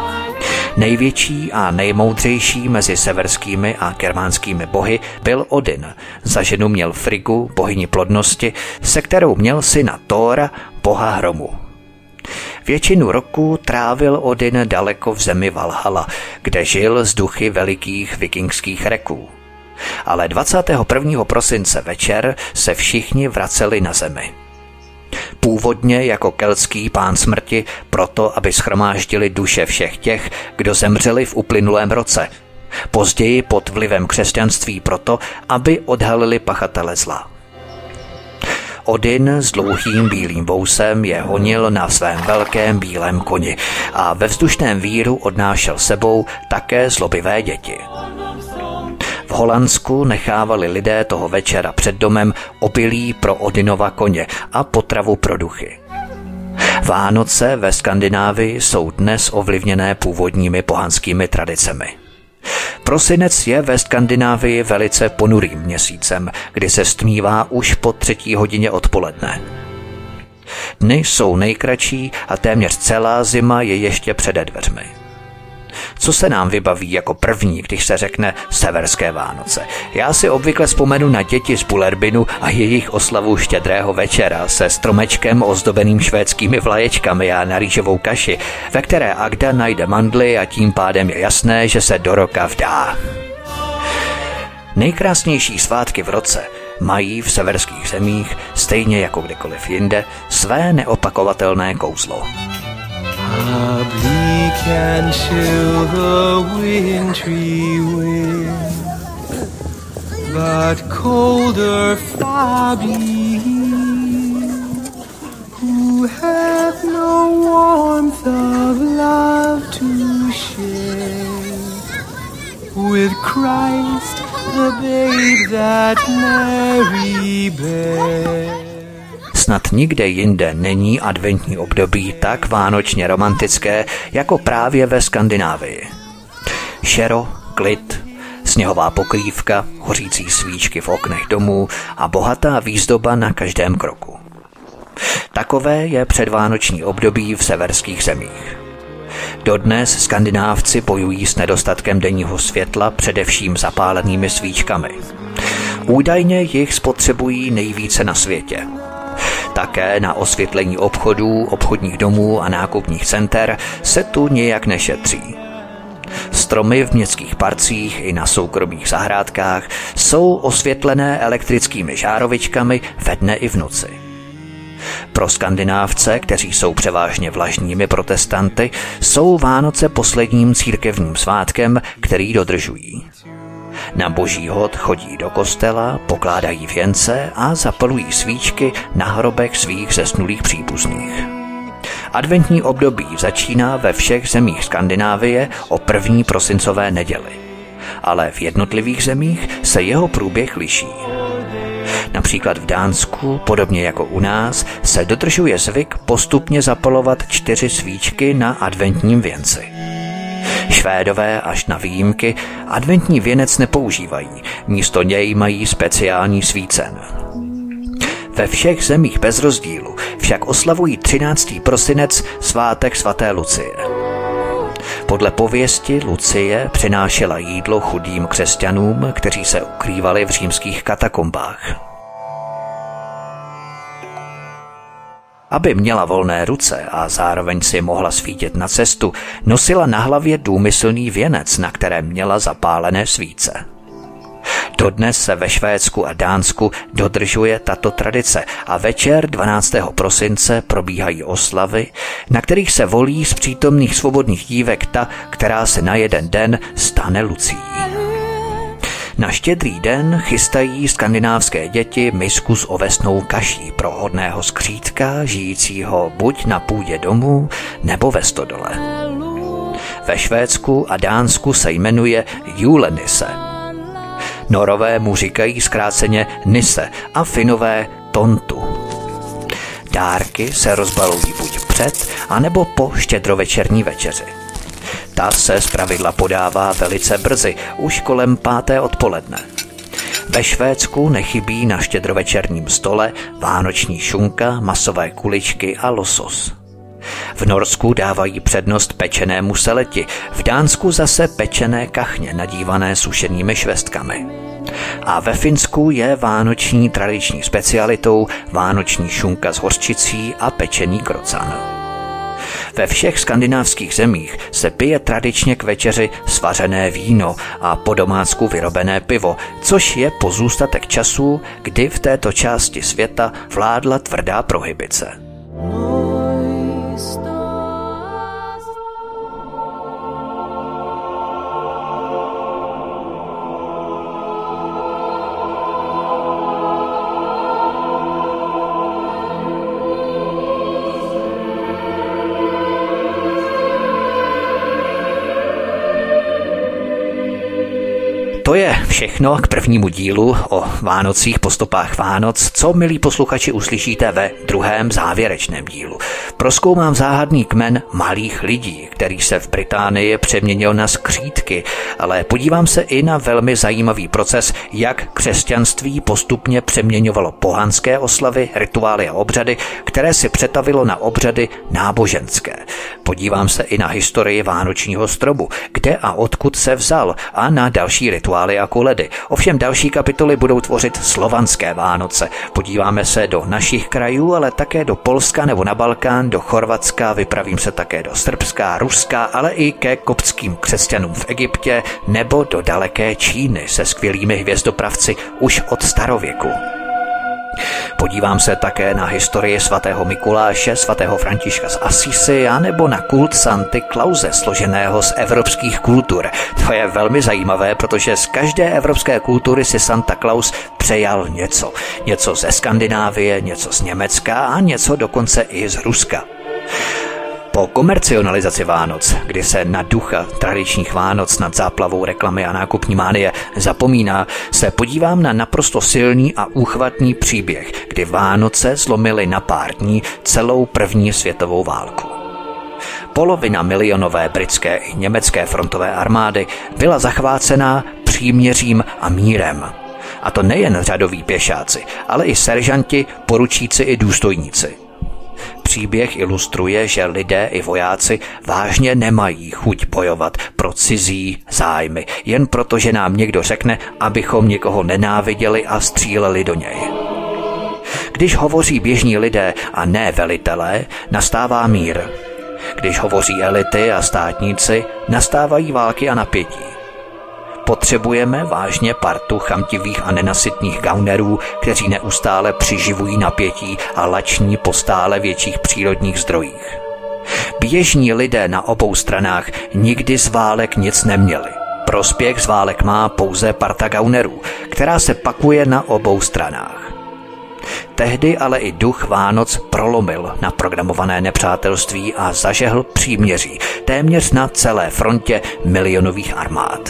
Největší a nejmoudřejší mezi severskými a germánskými bohy byl Odin. Za ženu měl Frigu, bohyni plodnosti, se kterou měl syna Thora, boha hromu. Většinu roku trávil Odin daleko v zemi Valhalla, kde žil s duchy velikých vikingských reků. Ale dvacátého prvního prosince večer se všichni vraceli na zemi. Původně jako keltský pán smrti proto, aby shromáždili duše všech těch, kdo zemřeli v uplynulém roce. Později pod vlivem křesťanství proto, aby odhalili pachatele zla. Odin s dlouhým bílým vousem je honil na svém velkém bílém koni a ve vzdušném víru odnášel sebou také zlobivé děti. V Holandsku nechávali lidé toho večera před domem obilí pro Odinova koně a potravu pro duchy. Vánoce ve Skandinávii jsou dnes ovlivněné původními pohanskými tradicemi. Prosinec je ve Skandinávii velice ponurým měsícem, kdy se stmívá už po třetí hodině odpoledne. Dny jsou nejkratší a téměř celá zima je ještě přede dveřmi. Co se nám vybaví jako první, když se řekne severské Vánoce? Já si obvykle vzpomenu na děti z Bullerbinu a jejich oslavu štědrého večera se stromečkem ozdobeným švédskými vlaječkami a na rýžovou kaši, ve které Agda najde mandly a tím pádem je jasné, že se do roka vdá. Nejkrásnější svátky v roce mají v severských zemích, stejně jako kdekoliv jinde, své neopakovatelné kouzlo. A bleak and chill the wintry wind, but colder far be who have no warmth of love to share with Christ, the babe that Mary bare. Snad nikde jinde není adventní období tak vánočně romantické jako právě ve Skandinávii. Šero, klid, sněhová pokrývka, hořící svíčky v oknech domů a bohatá výzdoba na každém kroku. Takové je předvánoční období v severských zemích. Dodnes Skandinávci bojují s nedostatkem denního světla především zapálenými svíčkami. Údajně jich spotřebují nejvíce na světě. Také na osvětlení obchodů, obchodních domů a nákupních center se tu nijak nešetří. Stromy v městských parcích i na soukromých zahrádkách jsou osvětlené elektrickými žárovičkami ve dne i v noci. Pro Skandinávce, kteří jsou převážně vlažními protestanty, jsou Vánoce posledním církevním svátkem, který dodržují. Na boží hod chodí do kostela, pokládají věnce a zapalují svíčky na hrobech svých zesnulých příbuzných. Adventní období začíná ve všech zemích Skandinávie o první prosincové neděli, ale v jednotlivých zemích se jeho průběh liší. Například v Dánsku, podobně jako u nás, se dodržuje zvyk postupně zapalovat čtyři svíčky na adventním věnci. Švédové až na výjimky adventní věnec nepoužívají, místo něj mají speciální svícen. Ve všech zemích bez rozdílu však oslavují třináctého prosince svátek svaté Lucie. Podle pověsti Lucie přinášela jídlo chudým křesťanům, kteří se ukrývali v římských katakombách. Aby měla volné ruce a zároveň si mohla svítit na cestu, nosila na hlavě důmyslný věnec, na kterém měla zapálené svíce. Dodnes se ve Švédsku a Dánsku dodržuje tato tradice a večer dvanáctého prosince probíhají oslavy, na kterých se volí z přítomných svobodných dívek ta, která se na jeden den stane Lucií. Na Štědrý den chystají skandinávské děti misku s ovesnou kaší pro hodného skřítka, žijícího buď na půdě domu nebo ve stodole. Ve Švédsku a Dánsku se jmenuje julenisse. Norové mu říkají zkráceně nisse a Finové tontu. Dárky se rozbalují buď před, anebo po štědrovečerní večeři. Ta se zpravidla podává velice brzy, už kolem páté odpoledne. Ve Švédsku nechybí na štědrovečerním stole vánoční šunka, masové kuličky a losos. V Norsku dávají přednost pečenému seleti, v Dánsku zase pečené kachně nadívané sušenými švestkami. A ve Finsku je vánoční tradiční specialitou vánoční šunka s hořčicí a pečený krocan. Ve všech skandinávských zemích se pije tradičně k večeři svařené víno a po domácku vyrobené pivo, což je pozůstatek časů, kdy v této části světa vládla tvrdá prohibice. To je všechno k prvnímu dílu o Vánocích po stopách Vánoc, co, milí posluchači, uslyšíte ve druhém závěrečném dílu. Prozkoumám záhadný kmen malých lidí, který se v Británii přeměnil na skřítky, ale podívám se i na velmi zajímavý proces, jak křesťanství postupně přeměňovalo pohanské oslavy, rituály a obřady, které si přetavilo na obřady náboženské. Podívám se i na historii vánočního stromu, kde a odkud se vzal, a na další rituály a koledy. Ovšem další kapitoly budou tvořit slovanské Vánoce. Podíváme se do našich krajů, ale také do Polska nebo na Balkán, do Chorvatska, vypravím se také do Srbska, Ruska, ale i ke koptským křesťanům v Egyptě nebo do daleké Číny se skvělými hvězdopravci už od starověku. Podívám se také na historii svatého Mikuláše, svatého Františka z Assisi a nebo na kult Santy Klause, složeného z evropských kultur. To je velmi zajímavé, protože z každé evropské kultury si Santa Claus přejal něco. Něco ze Skandinávie, něco z Německa a něco dokonce i z Ruska. Po komercionalizaci Vánoc, kdy se na ducha tradičních Vánoc nad záplavou reklamy a nákupní mánie zapomíná, se podívám na naprosto silný a úchvatný příběh, kdy Vánoce zlomily na pár dní celou první světovou válku. Polovina milionové britské i německé frontové armády byla zachvácená příměřím a mírem. A to nejen řadoví pěšáci, ale i seržanti, poručíci i důstojníci. Příběh ilustruje, že lidé i vojáci vážně nemají chuť bojovat pro cizí zájmy, jen proto, že nám někdo řekne, abychom někoho nenáviděli a stříleli do něj. Když hovoří běžní lidé a ne velitelé, nastává mír. Když hovoří elity a státníci, nastávají války a napětí. Potřebujeme vážně partu chamtivých a nenasytných gaunerů, kteří neustále přiživují napětí a lační po stále větších přírodních zdrojích. Běžní lidé na obou stranách nikdy z válek nic neměli. Prospěch z válek má pouze parta gaunerů, která se pakuje na obou stranách. Tehdy ale i duch Vánoc prolomil naprogramované nepřátelství a zažehl příměří téměř na celé frontě milionových armád.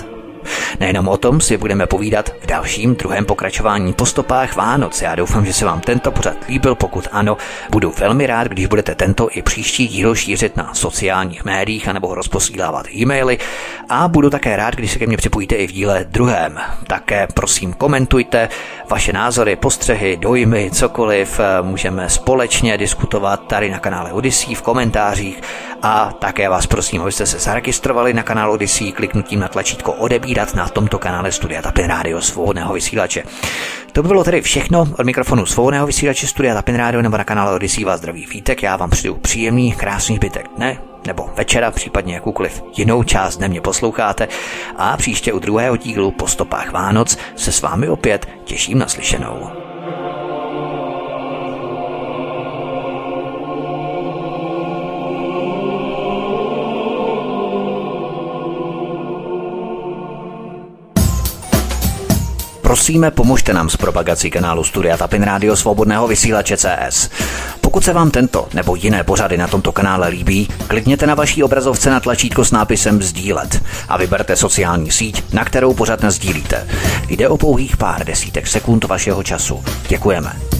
Nejenom o tom si budeme povídat v dalším druhém pokračování po stopách Vánoc. Já doufám, že se vám tento pořad líbil, pokud ano, budu velmi rád, když budete tento i příští díl šířit na sociálních médiích anebo rozposílávat e-maily a budu také rád, když se ke mně připojíte i v díle druhém. Také prosím komentujte vaše názory, postřehy, dojmy, cokoliv, můžeme společně diskutovat tady na kanále Odyssey v komentářích a také vás prosím, abyste se zaregistrovali na kanál Odyssey kliknutím na tlačítko odebírat na tomto kanále Studia Tapin Rádio Svobodného vysílače. To by bylo tedy všechno od mikrofonu Svobodného vysílače Studia Tapin Rádio nebo na kanále Odyssey vás zdraví Vítek. Já vám přeju příjemný, krásný zbytek dne nebo večera, případně jakoukoliv jinou část dne mě posloucháte a příště u druhého dílu po stopách Vánoc se s vámi opět těším na slyšenou. Prosíme, pomožte nám s propagací kanálu Studia Tapin Rádio Svobodného vysílače C S. Pokud se vám tento nebo jiné pořady na tomto kanále líbí, klikněte na vaší obrazovce na tlačítko s nápisem sdílet a vyberte sociální síť, na kterou pořad nasdílíte. Jde o pouhých pár desítek sekund vašeho času. Děkujeme.